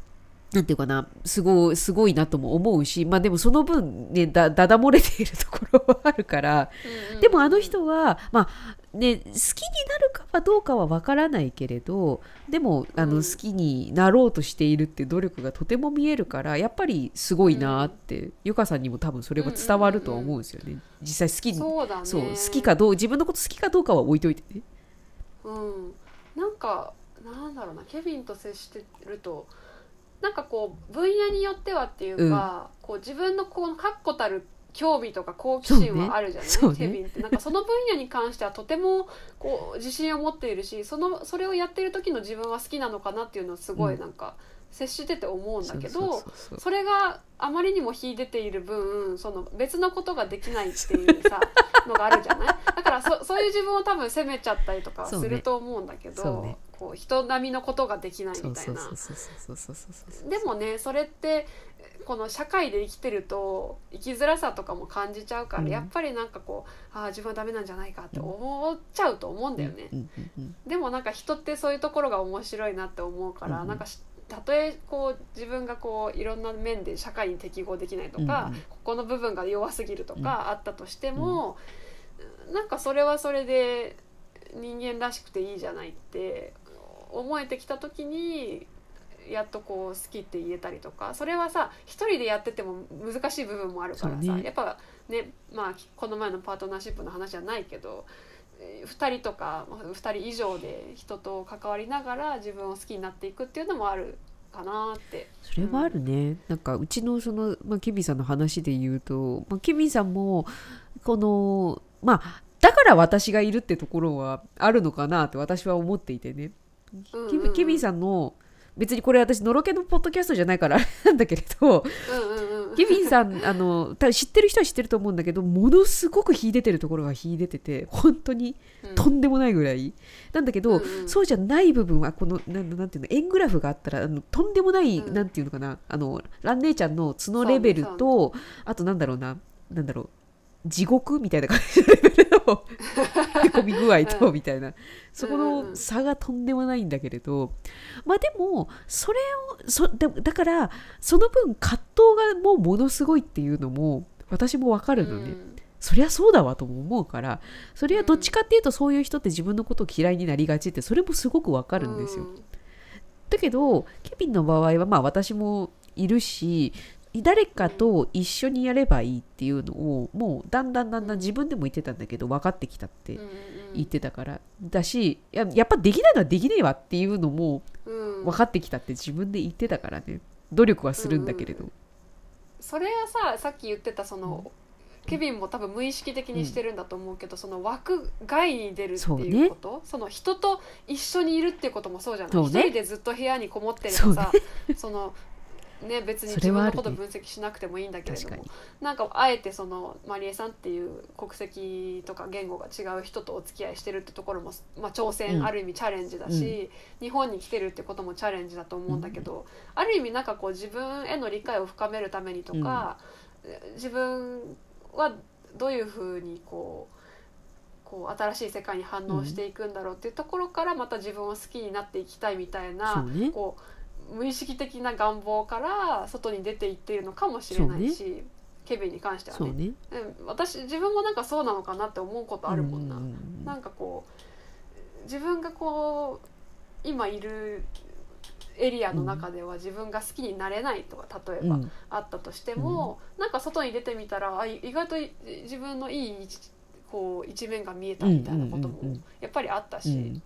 なんていうかな、すごいなとも思うし、まあでもその分ね、だだ漏れているところはあるから、でもあの人は、まあね、好きになるかはどうかはわからないけれど、でも好きになろうとしているっていう努力がとても見えるから、やっぱりすごいなって、ゆかさんにも多分それは伝わるとは思うんですよね。実際好きに、 そうだね、 そう、好きかどう、自分のこと好きかどうかは置いといてね。 なんかなんだろうな、ケビンと接してるとなんかこう分野によってはっていうか、こう自分のこう確固たる興味とか好奇心はあるじゃない、ケビンってなんかその分野に関してはとてもこう自信を持っているし、それをやっている時の自分は好きなのかなっていうのをすごいなんか接してて思うんだけど、それがあまりにも秀でている分、その別のことができないっていうさのがあるじゃない。だからそういう自分を多分責めちゃったりとかすると思うんだけど、こう人並みのことができないみたいな。でもね、それってこの社会で生きてると生きづらさとかも感じちゃうから、やっぱりなんかこう自分はダメなんじゃないかって思っちゃうと思うんだよね。でもなんか人ってそういうところが面白いなって思うから、なんかたとえこう自分がこういろんな面で社会に適合できないとか、ここの部分が弱すぎるとかあったとしても、なんかそれはそれで人間らしくていいじゃないって思えてきた時に、やっとこう好きって言えたりとか、それはさ一人でやってても難しい部分もあるからさ、やっぱね、まあこの前のパートナーシップの話じゃないけど、2人とか2人以上で人と関わりながら自分を好きになっていくっていうのもあるかなって。 それはあるね。なんかうちのケビンさんの話で言うと、ケビンさんもこのだから私がいるってところはあるのかなって私は思っていてね。ケビンさんの別にこれ私のろけのポッドキャストじゃないからあれなんだけれど、ケビンさん多分知ってる人は知ってると思うんだけど、ものすごく秀でてるところが秀でてて、本当にとんでもないぐらい、なんだけど、そうじゃない部分はこのなんていうの、円グラフがあったらとんでもない、なんていうのかな、ラン姉ちゃんの角レベルと、あとなんだろう地獄みたいな感じのレベルのへこみ具合とみたいな、そこの差がとんでもないんだけれど、でもそれをだからその分葛藤がものすごいっていうのも私も分かるのね、そりゃそうだわとも思うから、それはどっちかっていうとそういう人って自分のことを嫌いになりがちって、それもすごく分かるんですよ。だけどケビンの場合は私もいるし、誰かと一緒にやればいいっていうのをもうだんだん自分でも言ってたんだけど分かってきたって言ってたからだし、やっぱできないのはできねえわっていうのも分かってきたって自分で言ってたからね、努力はするんだけれど、 それはさっき言ってたその、ケビンも多分無意識的にしてるんだと思うけど、その枠外に出るっていうこと、その人と一緒にいるっていうこともそうじゃない、一人でずっと部屋にこもってればさ、そのね、別に自分のこと分析しなくてもいいんだけれども、なんかあえてそのマリエさんっていう国籍とか言語が違う人とお付き合いしてるってところも、挑戦、ある意味チャレンジだし、日本に来てるってこともチャレンジだと思うんだけど、ある意味なんかこう自分への理解を深めるためにとか、自分はどういうふうにこう新しい世界に反応していくんだろうっていうところから、また自分を好きになっていきたいみたいな、こう無意識的な願望から外に出ていっているのかもしれないし、ケビンに関してはね、自分もなんかそうなのかなって思うことあるもんな。なんかこう自分がこう今いるエリアの中では自分が好きになれないとか例えばあったとしても、なんか外に出てみたら意外と自分のいいこう一面が見えたみたいなこともやっぱりあったし、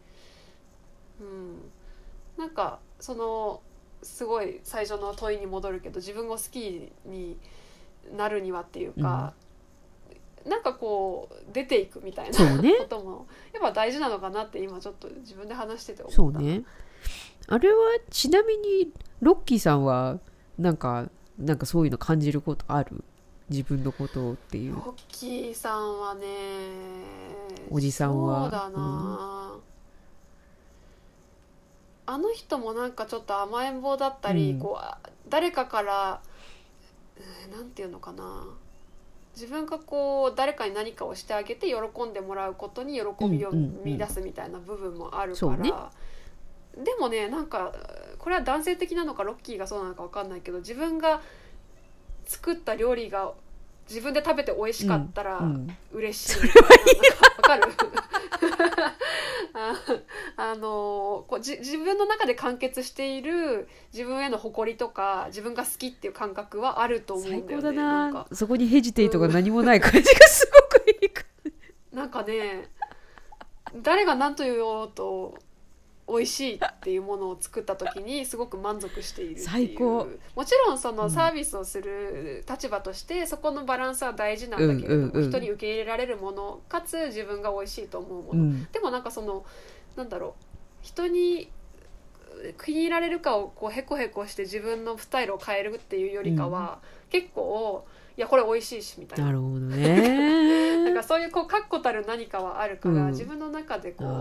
なんかそのすごい最初の問いに戻るけど、自分を好きになるにはっていうか、なんかこう出ていくみたいなこともやっぱ大事なのかなって今ちょっと自分で話してて思った。 そうね。あれはちなみにロッキーさんはなんかそういうの感じることある？自分のことっていう。 ロッキーさんはね、 おじさんはそうだな、あの人もなんかちょっと甘えん坊だったり、こう誰かからなんていうのかな、自分がこう誰かに何かをしてあげて喜んでもらうことに喜びを見出すみたいな部分もあるから、でもね、なんかこれは男性的なのかロッキーがそうなのか分かんないけど、自分が作った料理が自分で食べて美味しかったら嬉しい、わかるこう自分の中で完結している自分への誇りとか自分が好きっていう感覚はあると思うんだよね。 最高だなんかそこにヘジテイトが何もない感じがすごくいいかなんかね、誰が何と言おうと美味しいっていうものを作った時にすごく満足しているっていう。 最高。 もちろんそのサービスをする立場としてそこのバランスは大事なんだけれども、人に受け入れられるものかつ自分が美味しいと思うもの、でもなんかそのなんだろう、人に気に入られるかをこうヘコヘコして自分のスタイルを変えるっていうよりかは、結構いやこれ美味しいしみたいな。 なるほどね。 なんかそういうこう確固たる何かはあるから、自分の中でこう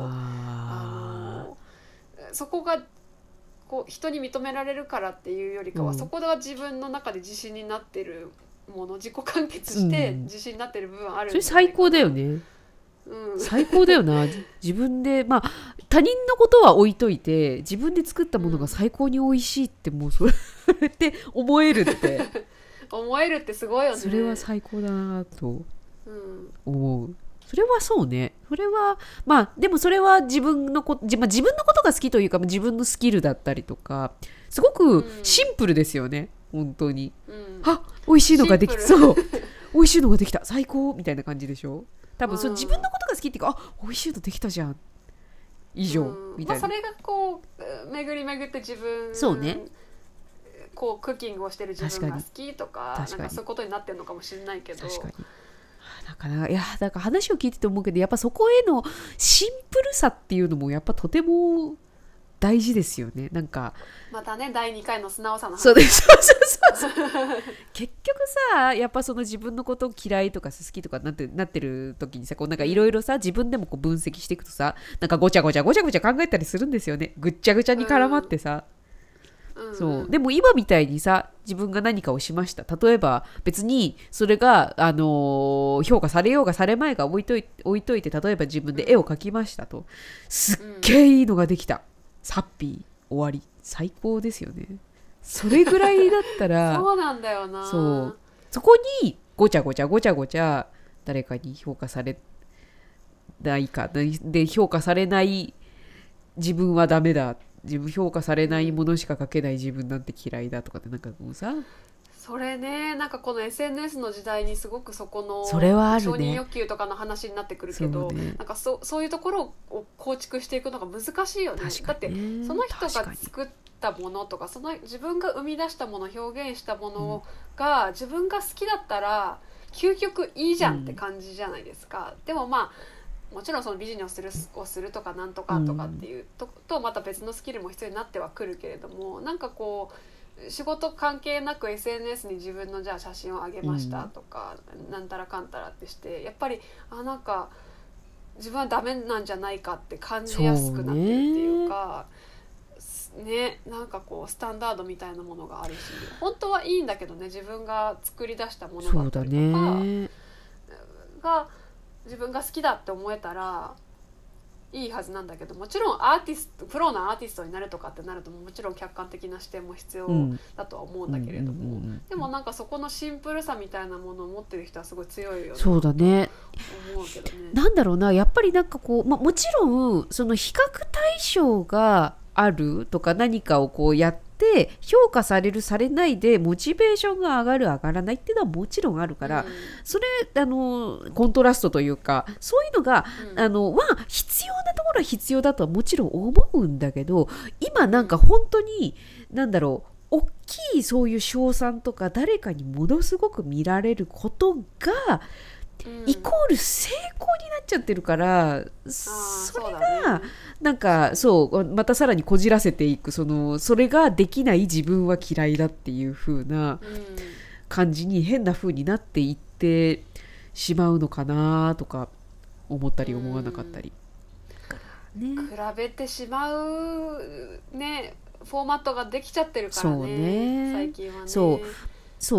そこがこう人に認められるからっていうよりかは、そこが自分の中で自信になってるもの、自己完結して自信になってる部分あるんじゃないかな。 それ最高だよね。最高だよな。自分でまあ他人のことは置いといて自分で作ったものが最高に美味しいって、もうそれって思えるって思えるってすごいよね。 それは最高だなと思う。それはそうね。それはまあでもそれは自分のことが好きというか自分のスキルだったりとか、すごくシンプルですよね、本当に。あ、美味しいのができた、そう美味しいのができた最高みたいな感じでしょ。多分自分のことが好きっていうか、あ、美味しいのできたじゃん以上、みたいな。 それがこう巡り巡って自分そうね、 こうクッキングをしてる自分が好きとか、なんかそういうことになってるのかもしれないけど。確かに。 いやだから話を聞いてて思うけど、やっぱそこへのシンプルさっていうのもやっぱとても大事ですよね。なんかまたね、第2回の素直さの話。 そうですそう結局さ、やっぱその自分のことを嫌いとか好きとかなってる時にさ、こうなんかいろいろさ自分でもこう分析していくとさ、なんかごちゃごちゃ考えたりするんですよね。ぐっちゃぐちゃに絡まってさ、そうでも今みたいにさ、自分が何かをしました。例えば別にそれが、評価されようがされまいが置いといて、例えば自分で絵を描きましたと、すっげえいいのができた、ハッピー終わり、最高ですよね。それぐらいだったらそうなんだよな。 そこにごちゃごちゃ誰かに評価されないかで、評価されない自分はダメだ、自分評価されないものしか書けない自分なんて嫌いだとかって、なんかもうさ、 それね、なんかこの SNS の時代にすごくそこのそれはあるね、 承認欲求とかの話になってくるけど、なんかそういうところを構築していくのが難しいよね。だってその人が作ったものとか、その自分が生み出したもの、表現したものが自分が好きだったら究極いいじゃんって感じじゃないですか。でもまあもちろんそのビジネスをするとかなんとかとかっていうとまた別のスキルも必要になってはくるけれども、なんかこう仕事関係なく SNS に自分のじゃあ写真を上げましたとか、なんたらかんたらってしてやっぱりなんか自分はダメなんじゃないかって感じやすくなってるっていうかね、なんかこうスタンダードみたいなものがあるし、本当はいいんだけどね、自分が作り出したものだったりとかが自分が好きだって思えたらいいはずなんだけど、もちろんプロのアーティストになるとかってなるともちろん客観的な視点も必要だとは思うんだけれども、でもなんかそこのシンプルさみたいなものを持ってる人はすごい強いよね。 そうだね、 思うけどね。 なんだろうな、やっぱりなんかこう、もちろんその比較対象があるとか何かをこうやって評価されるされないでモチベーションが上がる上がらないっていうのはもちろんあるから、それコントラストというかそういうのが、必要なところは必要だとはもちろん思うんだけど、今なんか本当になんだろう、大きいそういう称賛とか誰かにものすごく見られることがイコール成功になっちゃってるから、それがなんかそうまたさらにこじらせていく、それができない自分は嫌いだっていう風な感じに変な風になっていってしまうのかなとか思ったり思わなかったり、 比べてしまうね、フォーマットができちゃってるからね、最近はね。 そう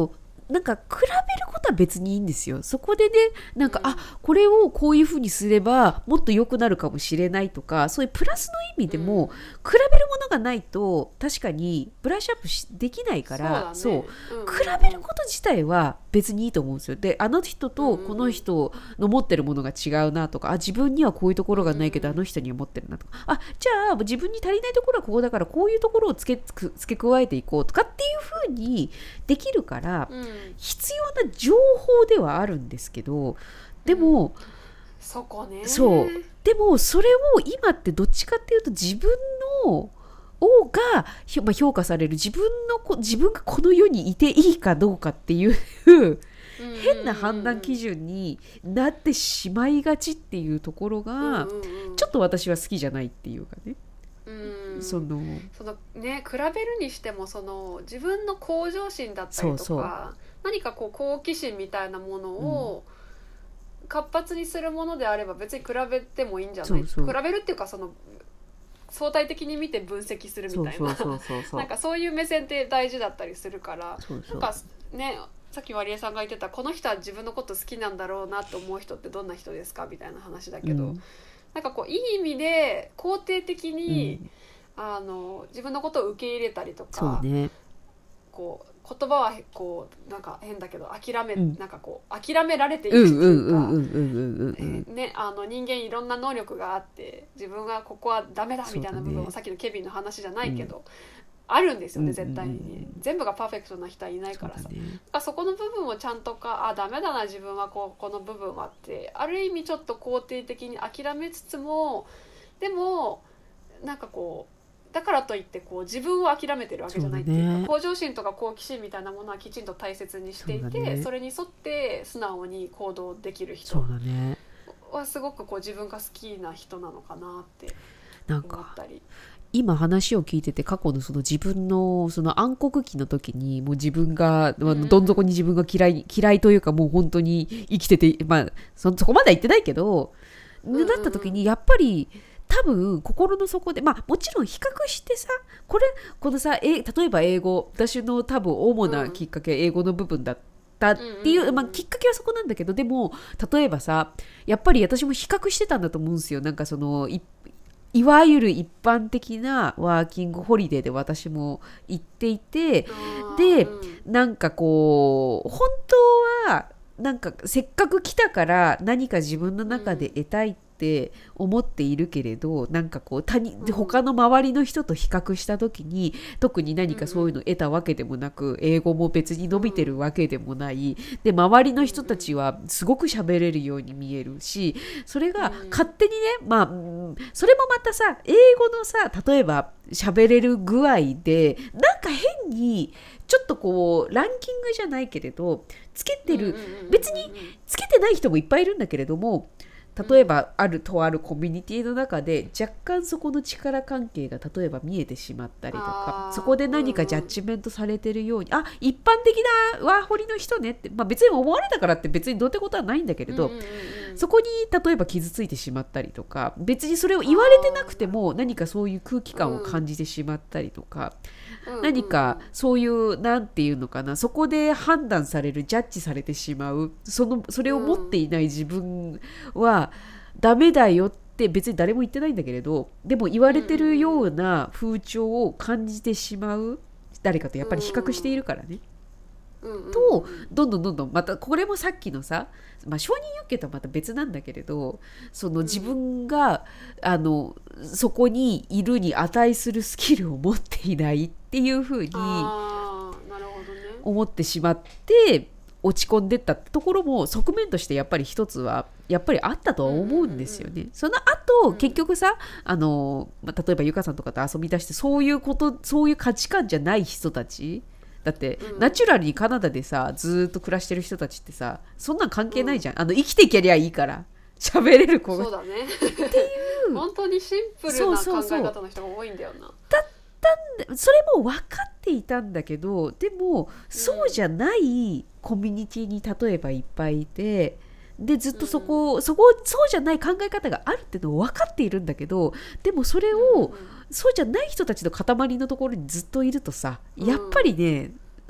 なんか比べることは別にいいんですよ。そこでね、なんか、これをこういうふうにすればもっと良くなるかもしれないとか、そういうプラスの意味でも、比べるものがないと確かにブラッシュアップできないから、そう、比べること自体は別にいいと思うんですよ。で、あの人とこの人の持ってるものが違うなとか、自分にはこういうところがないけど、あの人には持ってるなとか、じゃあ自分に足りないところはここだから、こういうところを付け加えていこうとかっていうふうにできるから、必要な情報ではあるんですけど、でも、 そこね。 そう。でもそれを今ってどっちかっていうと自分のが評価される、自分がこの世にいていいかどうかっていう変な判断基準になってしまいがちっていうところがちょっと私は好きじゃないっていうかね。 そのね、比べるにしても自分の向上心だったりとか、何か好奇心みたいなものを活発にするものであれば別に比べてもいいんじゃない？比べるっていうか相対的に見て分析するみたいななんかそういう目線って大事だったりするから、なんかね、さっきワリエさんが言ってたこの人は自分のこと好きなんだろうなと思う人ってどんな人ですかみたいな話だけど、なんかいい意味で肯定的に、自分のことを受け入れたりとか、言葉はなんか変だけど諦められていくっていうか、ね、人間いろんな能力があって自分はここはダメだみたいな部分も、さっきのケビンの話じゃないけど、あるんですよね、絶対にね。全部がパーフェクトな人はいないからさ、そこの部分をちゃんとダメだな自分はこの部分はってある意味ちょっと肯定的に諦めつつも、でもなんかだからといって自分を諦めてるわけじゃないっていうか、向上心とか好奇心みたいなものはきちんと大切にしていて、 それに沿って素直に行動できる人はすごく自分が好きな人なのかなって思ったり。 今話を聞いてて、過去の自分の暗黒期の時にもう自分が、どん底に自分が嫌いというか、もう本当に生きてて、そこまでは言ってないけど、だった時にやっぱり多分心の底で、もちろん比較してさ、このさ、例えば英語、私の多分主なきっかけ、英語の部分だったっていう、きっかけはそこなんだけど、でも例えばさ、やっぱり私も比較してたんだと思うんですよ。なんかいわゆる一般的なワーキングホリデーで私も行っていて、で、なんか本当はなんかせっかく来たから何か自分の中で得たいって思っているけれど、なんか他の周りの人と比較した時に特に何かそういうのを得たわけでもなく、英語も別に伸びてるわけでもない、で周りの人たちはすごく喋れるように見えるし、それが勝手にね、それもまたさ、英語のさ、例えば喋れる具合でなんか変にちょっとランキングじゃないけれどつけてる、別につけてない人もいっぱいいるんだけれども、例えばあるコミュニティの中で若干そこの力関係が例えば見えてしまったりとか、そこで何かジャッジメントされてるように、一般的なワーホリの人ねって、別に思われたからって別にどうってことはないんだけれど、そこに例えば傷ついてしまったりとか、別にそれを言われてなくても何かそういう空気感を感じてしまったりとか、何かそういうなんていうのかな、そこで判断される、ジャッジされてしまう、それを持っていない自分はダメだよって別に誰も言ってないんだけれど、でも言われてるような風潮を感じてしまう、誰かとやっぱり比較しているからね、とどんどんまたこれもさっきのさ、承認欲求とはまた別なんだけれど、自分がそこにいるに値するスキルを持っていないっていうふうに思ってしまって落ち込んでったところも側面としてやっぱり一つはやっぱりあったとは思うんですよね。その後結局さ、例えばゆかさんとかと遊び出して、そういう価値観じゃない人たちだって、ナチュラルにカナダでさずっと暮らしてる人たちってさ、そんなん関係ないじゃん、生きていけりゃいいから喋れる子が、 そうだねっていう本当にシンプルな考え方の人が多いんだよな。 それも分かっていたんだけど、でもそうじゃないコミュニティに例えばいっぱいいて、でずっとそうじゃない考え方があるっていうのを分かっているんだけど、でもそれを、そうじゃない人たちの塊のところにずっといるとさ、やっぱりね、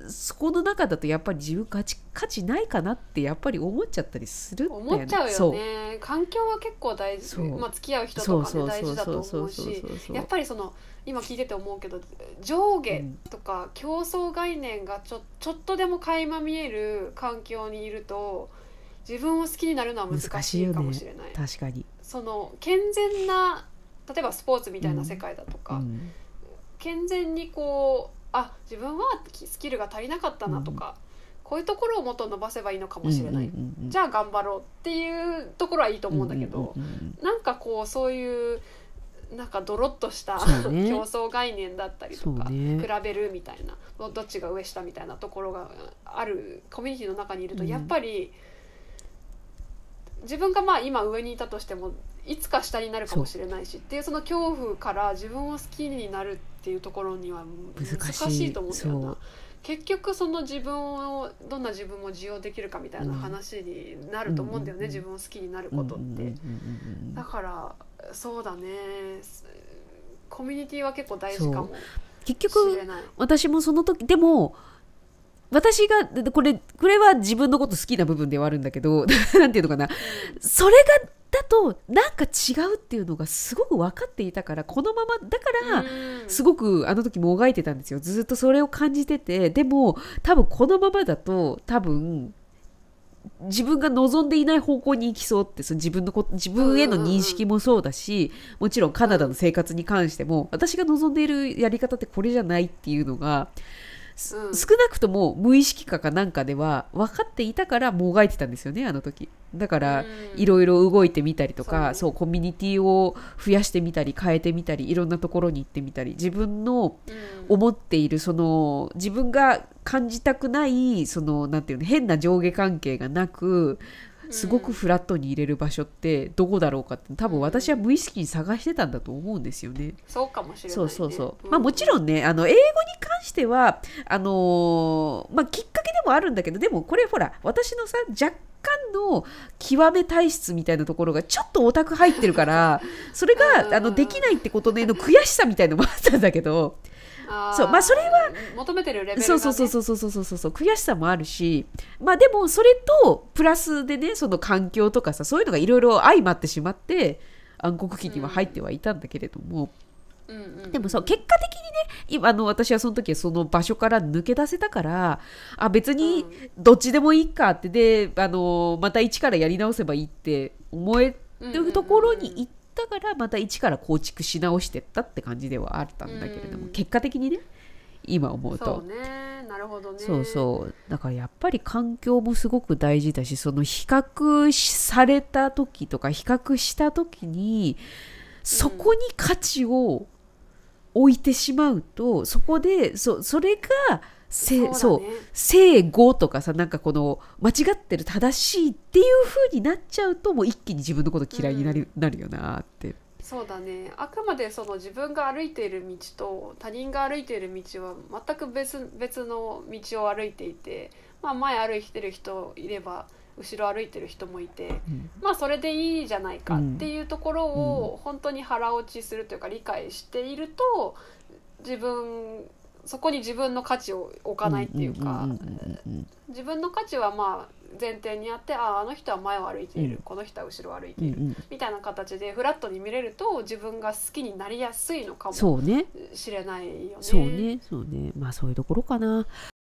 そこの中だとやっぱり自分価値ないかなってやっぱり思っちゃったりするんだよね。 思っちゃうよね。環境は結構大事、まあ、付き合う人とかね大事だと思うし、やっぱりその今聞いてて思うけど上下とか競争概念がちょっとでも垣間見える環境にいると自分を好きになるのは難しいかもしれない。 確かにその健全な例えばスポーツみたいな世界だとか、健全にこう自分はスキルが足りなかったなとか、こういうところをもっと伸ばせばいいのかもしれない、じゃあ頑張ろうっていうところはいいと思うんだけど、なんかこうそういうなんかドロッとした、ね、競争概念だったりとか、比べるみたいなどっちが上下みたいなところがあるコミュニティの中にいると、やっぱり自分がまあ今上にいたとしてもいつか下になるかもしれないしっていうその恐怖から自分を好きになるっていうところには難しいと思うんだよな。結局その自分をどんな自分も受容できるかみたいな話になると思うんだよね、自分を好きになることって。だからそうだね、コミュニティは結構大事かもしれない。 結局私もその時でも私がこれは自分のこと好きな部分ではあるんだけどなんていうのかな、それがだとなんか違うっていうのがすごく分かっていたから、このままだからすごくあの時もがいてたんですよ。ずっとそれを感じてて、でも多分このままだと多分自分が望んでいない方向に行きそうって、その自分への認識もそうだし、もちろんカナダの生活に関しても私が望んでいるやり方ってこれじゃないっていうのが少なくとも無意識化かなんかでは分かっていたからもがいてたんですよね、あの時。だからいろいろ動いてみたりとか、そうコミュニティを増やしてみたり変えてみたり、いろんなところに行ってみたり、自分の思っているその自分が感じたくないそのなんていうの、変な上下関係がなくすごくフラットに入れる場所ってどこだろうかって、多分私は無意識に探してたんだと思うんですよね。 そうかもしれないね。 そうまあもちろんね、英語に関してはまあきっかけでもあるんだけど、でもこれほら私のさ若干の極め体質みたいなところがちょっとオタク入ってるからそれができないってことでの悔しさみたいのもあったんだけど、そうまあそれは求めてるレベルがね、 そう悔しさもあるし、まあでもそれとプラスでね、その環境とかさ、そういうのがいろいろ相まってしまって暗黒期には入ってはいたんだけれども、でもそう結果的にね、私はその時はその場所から抜け出せたから、別にどっちでもいいかってで、また一からやり直せばいいって思えるところに行って、だからまた一から構築し直してったって感じではあったんだけれども、結果的にね今思うとそうね、なるほどね。 そうだからやっぱり環境もすごく大事だし、その比較された時とか比較した時にそこに価値を置いてしまうと、そこでそれが正誤とかさ、なんかこの間違ってる正しいっていう風になっちゃうと、もう一気に自分のこと嫌いになるよなって。 そうだね、あくまでその自分が歩いている道と他人が歩いている道は全く別の道を歩いていて、まあ、前歩いてる人いれば後ろ歩いてる人もいて、まあそれでいいじゃないかっていうところを本当に腹落ちするというか理解していると、そこに自分の価値を置かないっていうか、自分の価値はまあ前提にあって、あの人は前を歩いている、この人は後ろを歩いている、みたいな形でフラットに見れると自分が好きになりやすいのかもしれないよね。 そうね、まあそういうところかな。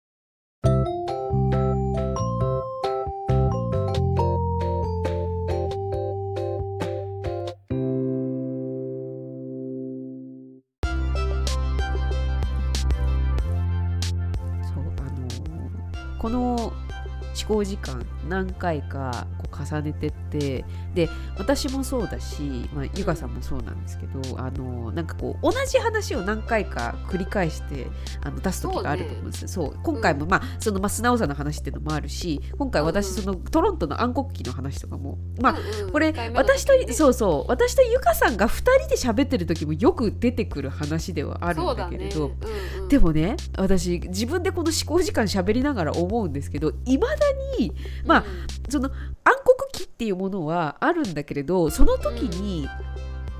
この思考時間何回かこう重ねてって、で私もそうだし、ゆかさんもそうなんですけど、なんかこう同じ話を何回か繰り返して出す時があると思うんです。そう今回もその素直さの話っていうのもあるし、今回私そのトロントの暗黒期の話とかもこれ私とゆかさんが2人で喋ってる時もよく出てくる話ではあるんだけれど、でもね、私自分でこの思考時間喋りながら思うんですけど、いまだにその暗黒期っていうものはあるんだけれど、その時に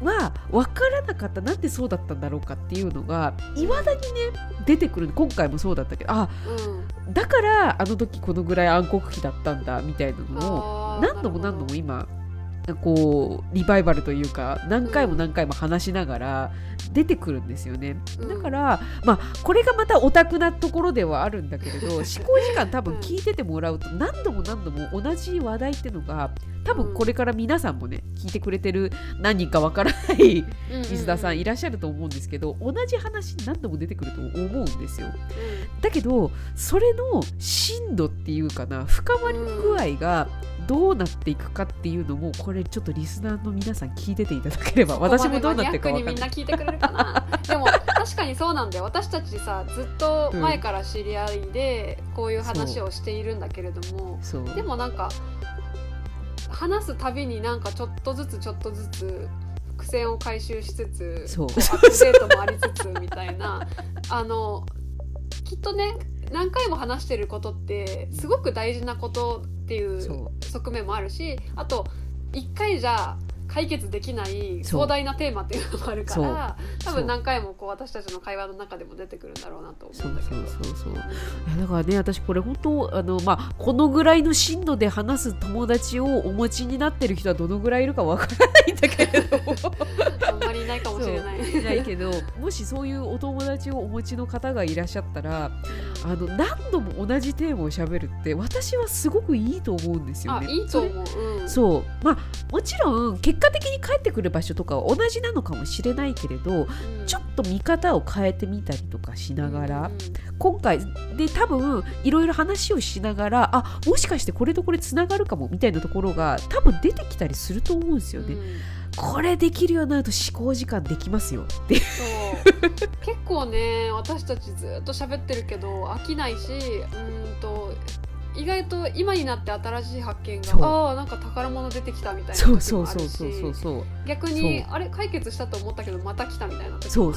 は分からなかった、なんでそうだったんだろうかっていうのがいまだにね出てくる。今回もそうだったけど、だからあの時このぐらい暗黒期だったんだみたいなのを何度も今こうリバイバルというか何回も話しながら出てくるんですよね。だからこれがまたオタクなところではあるんだけれど、思考時間多分聞いててもらうと何度も同じ話題っていうのが多分これから皆さんもね聞いてくれてる何人かわからない水田さんいらっしゃると思うんですけど、同じ話何度も出てくると思うんですよ。だけどそれの深度っていうかな、深まり具合がどうなっていくかっていうのも、これちょっとリスナーの皆さん聞いてていただければ、私もどうなってるか分かんない。 マニアックにみんな聞いてくれるかなでも確かにそうなんだよ。私たちさずっと前から知り合いでこういう話をしているんだけれども、でもなんか話すたびになんかちょっとずつ伏線を回収しつつアップデートもありつつみたいなきっとね何回も話してることってすごく大事なことっていう側面もあるし、あと1回じゃ解決できない壮大なテーマっていうのもあるから、多分何回もこう私たちの会話の中でも出てくるんだろうなと思うんだけど、 だからね、私これ本当このぐらいの深度で話す友達をお持ちになってる人はどのぐらいいるかわからないんだけれどもあんまりいないかもしれない。 ないけど、もしそういうお友達をお持ちの方がいらっしゃったら、何度も同じテーマを喋るって私はすごくいいと思うんですよね。 いいと思う。 もちろん結果的に帰ってくる場所とかは同じなのかもしれないけれど、ちょっと見方を変えてみたりとかしながら、今回で多分いろいろ話をしながら、もしかしてこれとこれつながるかもみたいなところが多分出てきたりすると思うんですよね。これできるようになると思考時間できますよって結構ね、私たちずっと喋ってるけど飽きないし、意外と今になって新しい発見がなんか宝物出てきたみたいな時もあるし、逆にあれ解決したと思ったけどまた来たみたいな時もあるし、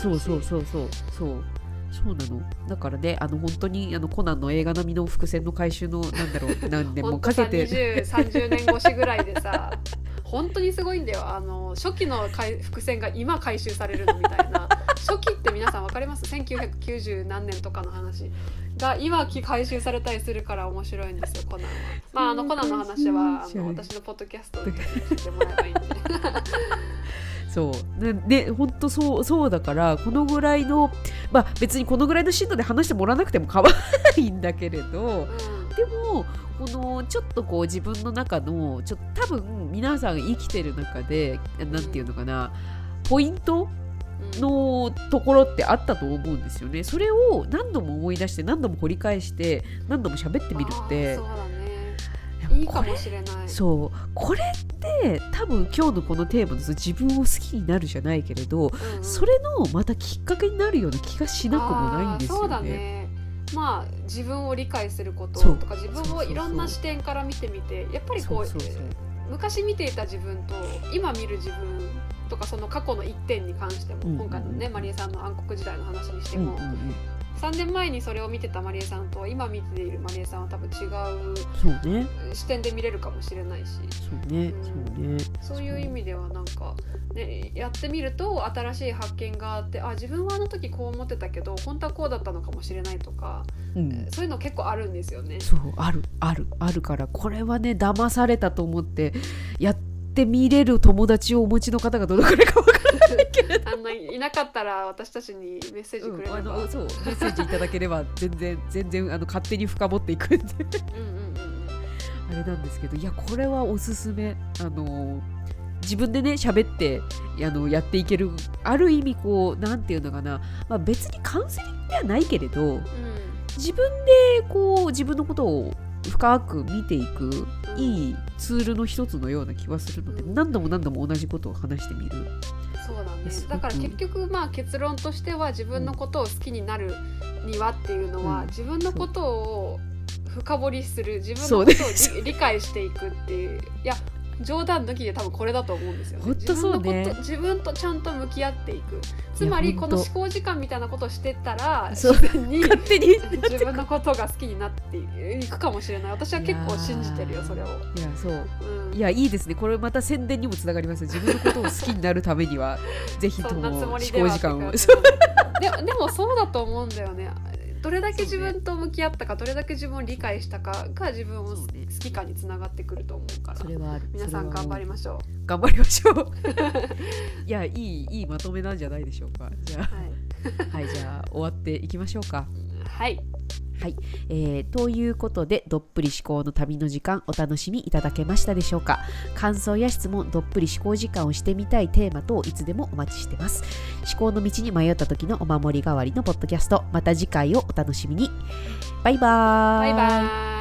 そうなの。だからね、本当にコナンの映画並みの伏線の回収の何年もかけて 20、30年越しぐらいでさ本当にすごいんだよ。初期の伏線が今回収されるのみたいな初期って皆さん分かります？ 1990 何年とかの話が今回収されたりするから面白いんですよ、コナンは。コナンの話は私のポッドキャストで聞いてもらえばいいんでそうで本当そうだから、このぐらいの別にこのぐらいの深度で話してもらわなくても構わないんだけれど、でもこのちょっとこう自分の中の多分皆さん生きてる中でなんていうのかな、ポイントのところってあったと思うんですよね。それを何度も思い出して何度も掘り返して何度も喋ってみるって、 そうだね、いいかもしれない。 これって多分今日のこのテーマの自分を好きになるじゃないけれど、それのまたきっかけになるような気がしなくもないんですよね。 そうだね。自分を理解することとか自分をいろんな視点から見てみて、やっぱりこう昔見ていた自分と今見る自分とか、その過去の一点に関しても、今回のねマリエさんの暗黒時代の話にしても、3年前にそれを見てたマリエさんと今見ているマリエさんは多分違う視点で見れるかもしれないし、そういう意味ではなんか、ね、やってみると新しい発見があって、自分はあの時こう思ってたけど本当はこうだったのかもしれないとか、そういうの結構あるんですよね。 あるから、これはね騙されたと思ってやってみれる友達をお持ちの方がどのくらいか分からないけれどいなかったら私たちにメッセージくれれば、 メッセージいただければ全然勝手に深掘っていくんであれなんですけど、いやこれはおすすめ。自分でね喋ってやっていける、ある意味こうなんていうのかな、別にカウンセリングではないけれど、自分でこう自分のことを深く見ていくいいツールの一つのような気はするので、何度も同じことを話してみる。 そうだね。だから結局結論としては、自分のことを好きになるにはっていうのは、自分のことを深掘りする、自分のことを理解していくっていう、いや冗談抜きで多分これだと思うんですよね。 本当そうね。 自分とちゃんと向き合っていく。つまりこの思考時間みたいなことをしてったら自分に勝手に自分のことが好きになっていくかもしれない。私は結構信じてるよそれを。 いやそう、 いやいいですね。これまた宣伝にもつながります。自分のことを好きになるためにはぜひとも思考時間をでもそうだと思うんだよね。どれだけ自分と向き合ったか、どれだけ自分を理解したかが自分を好きかにつながってくると思うから、 それはある。 皆さん頑張りましょう。 頑張りましょういやいいまとめなんじゃないでしょうか。じゃあはい、じゃあ終わっていきましょうか。 はいはい、ということでどっぷり思考の旅の時間お楽しみいただけましたでしょうか。感想や質問、どっぷり思考時間をしてみたいテーマ等いつでもお待ちしてます。思考の道に迷った時のお守り代わりのポッドキャスト、また次回をお楽しみに。バイバーイ。 バイバーイ。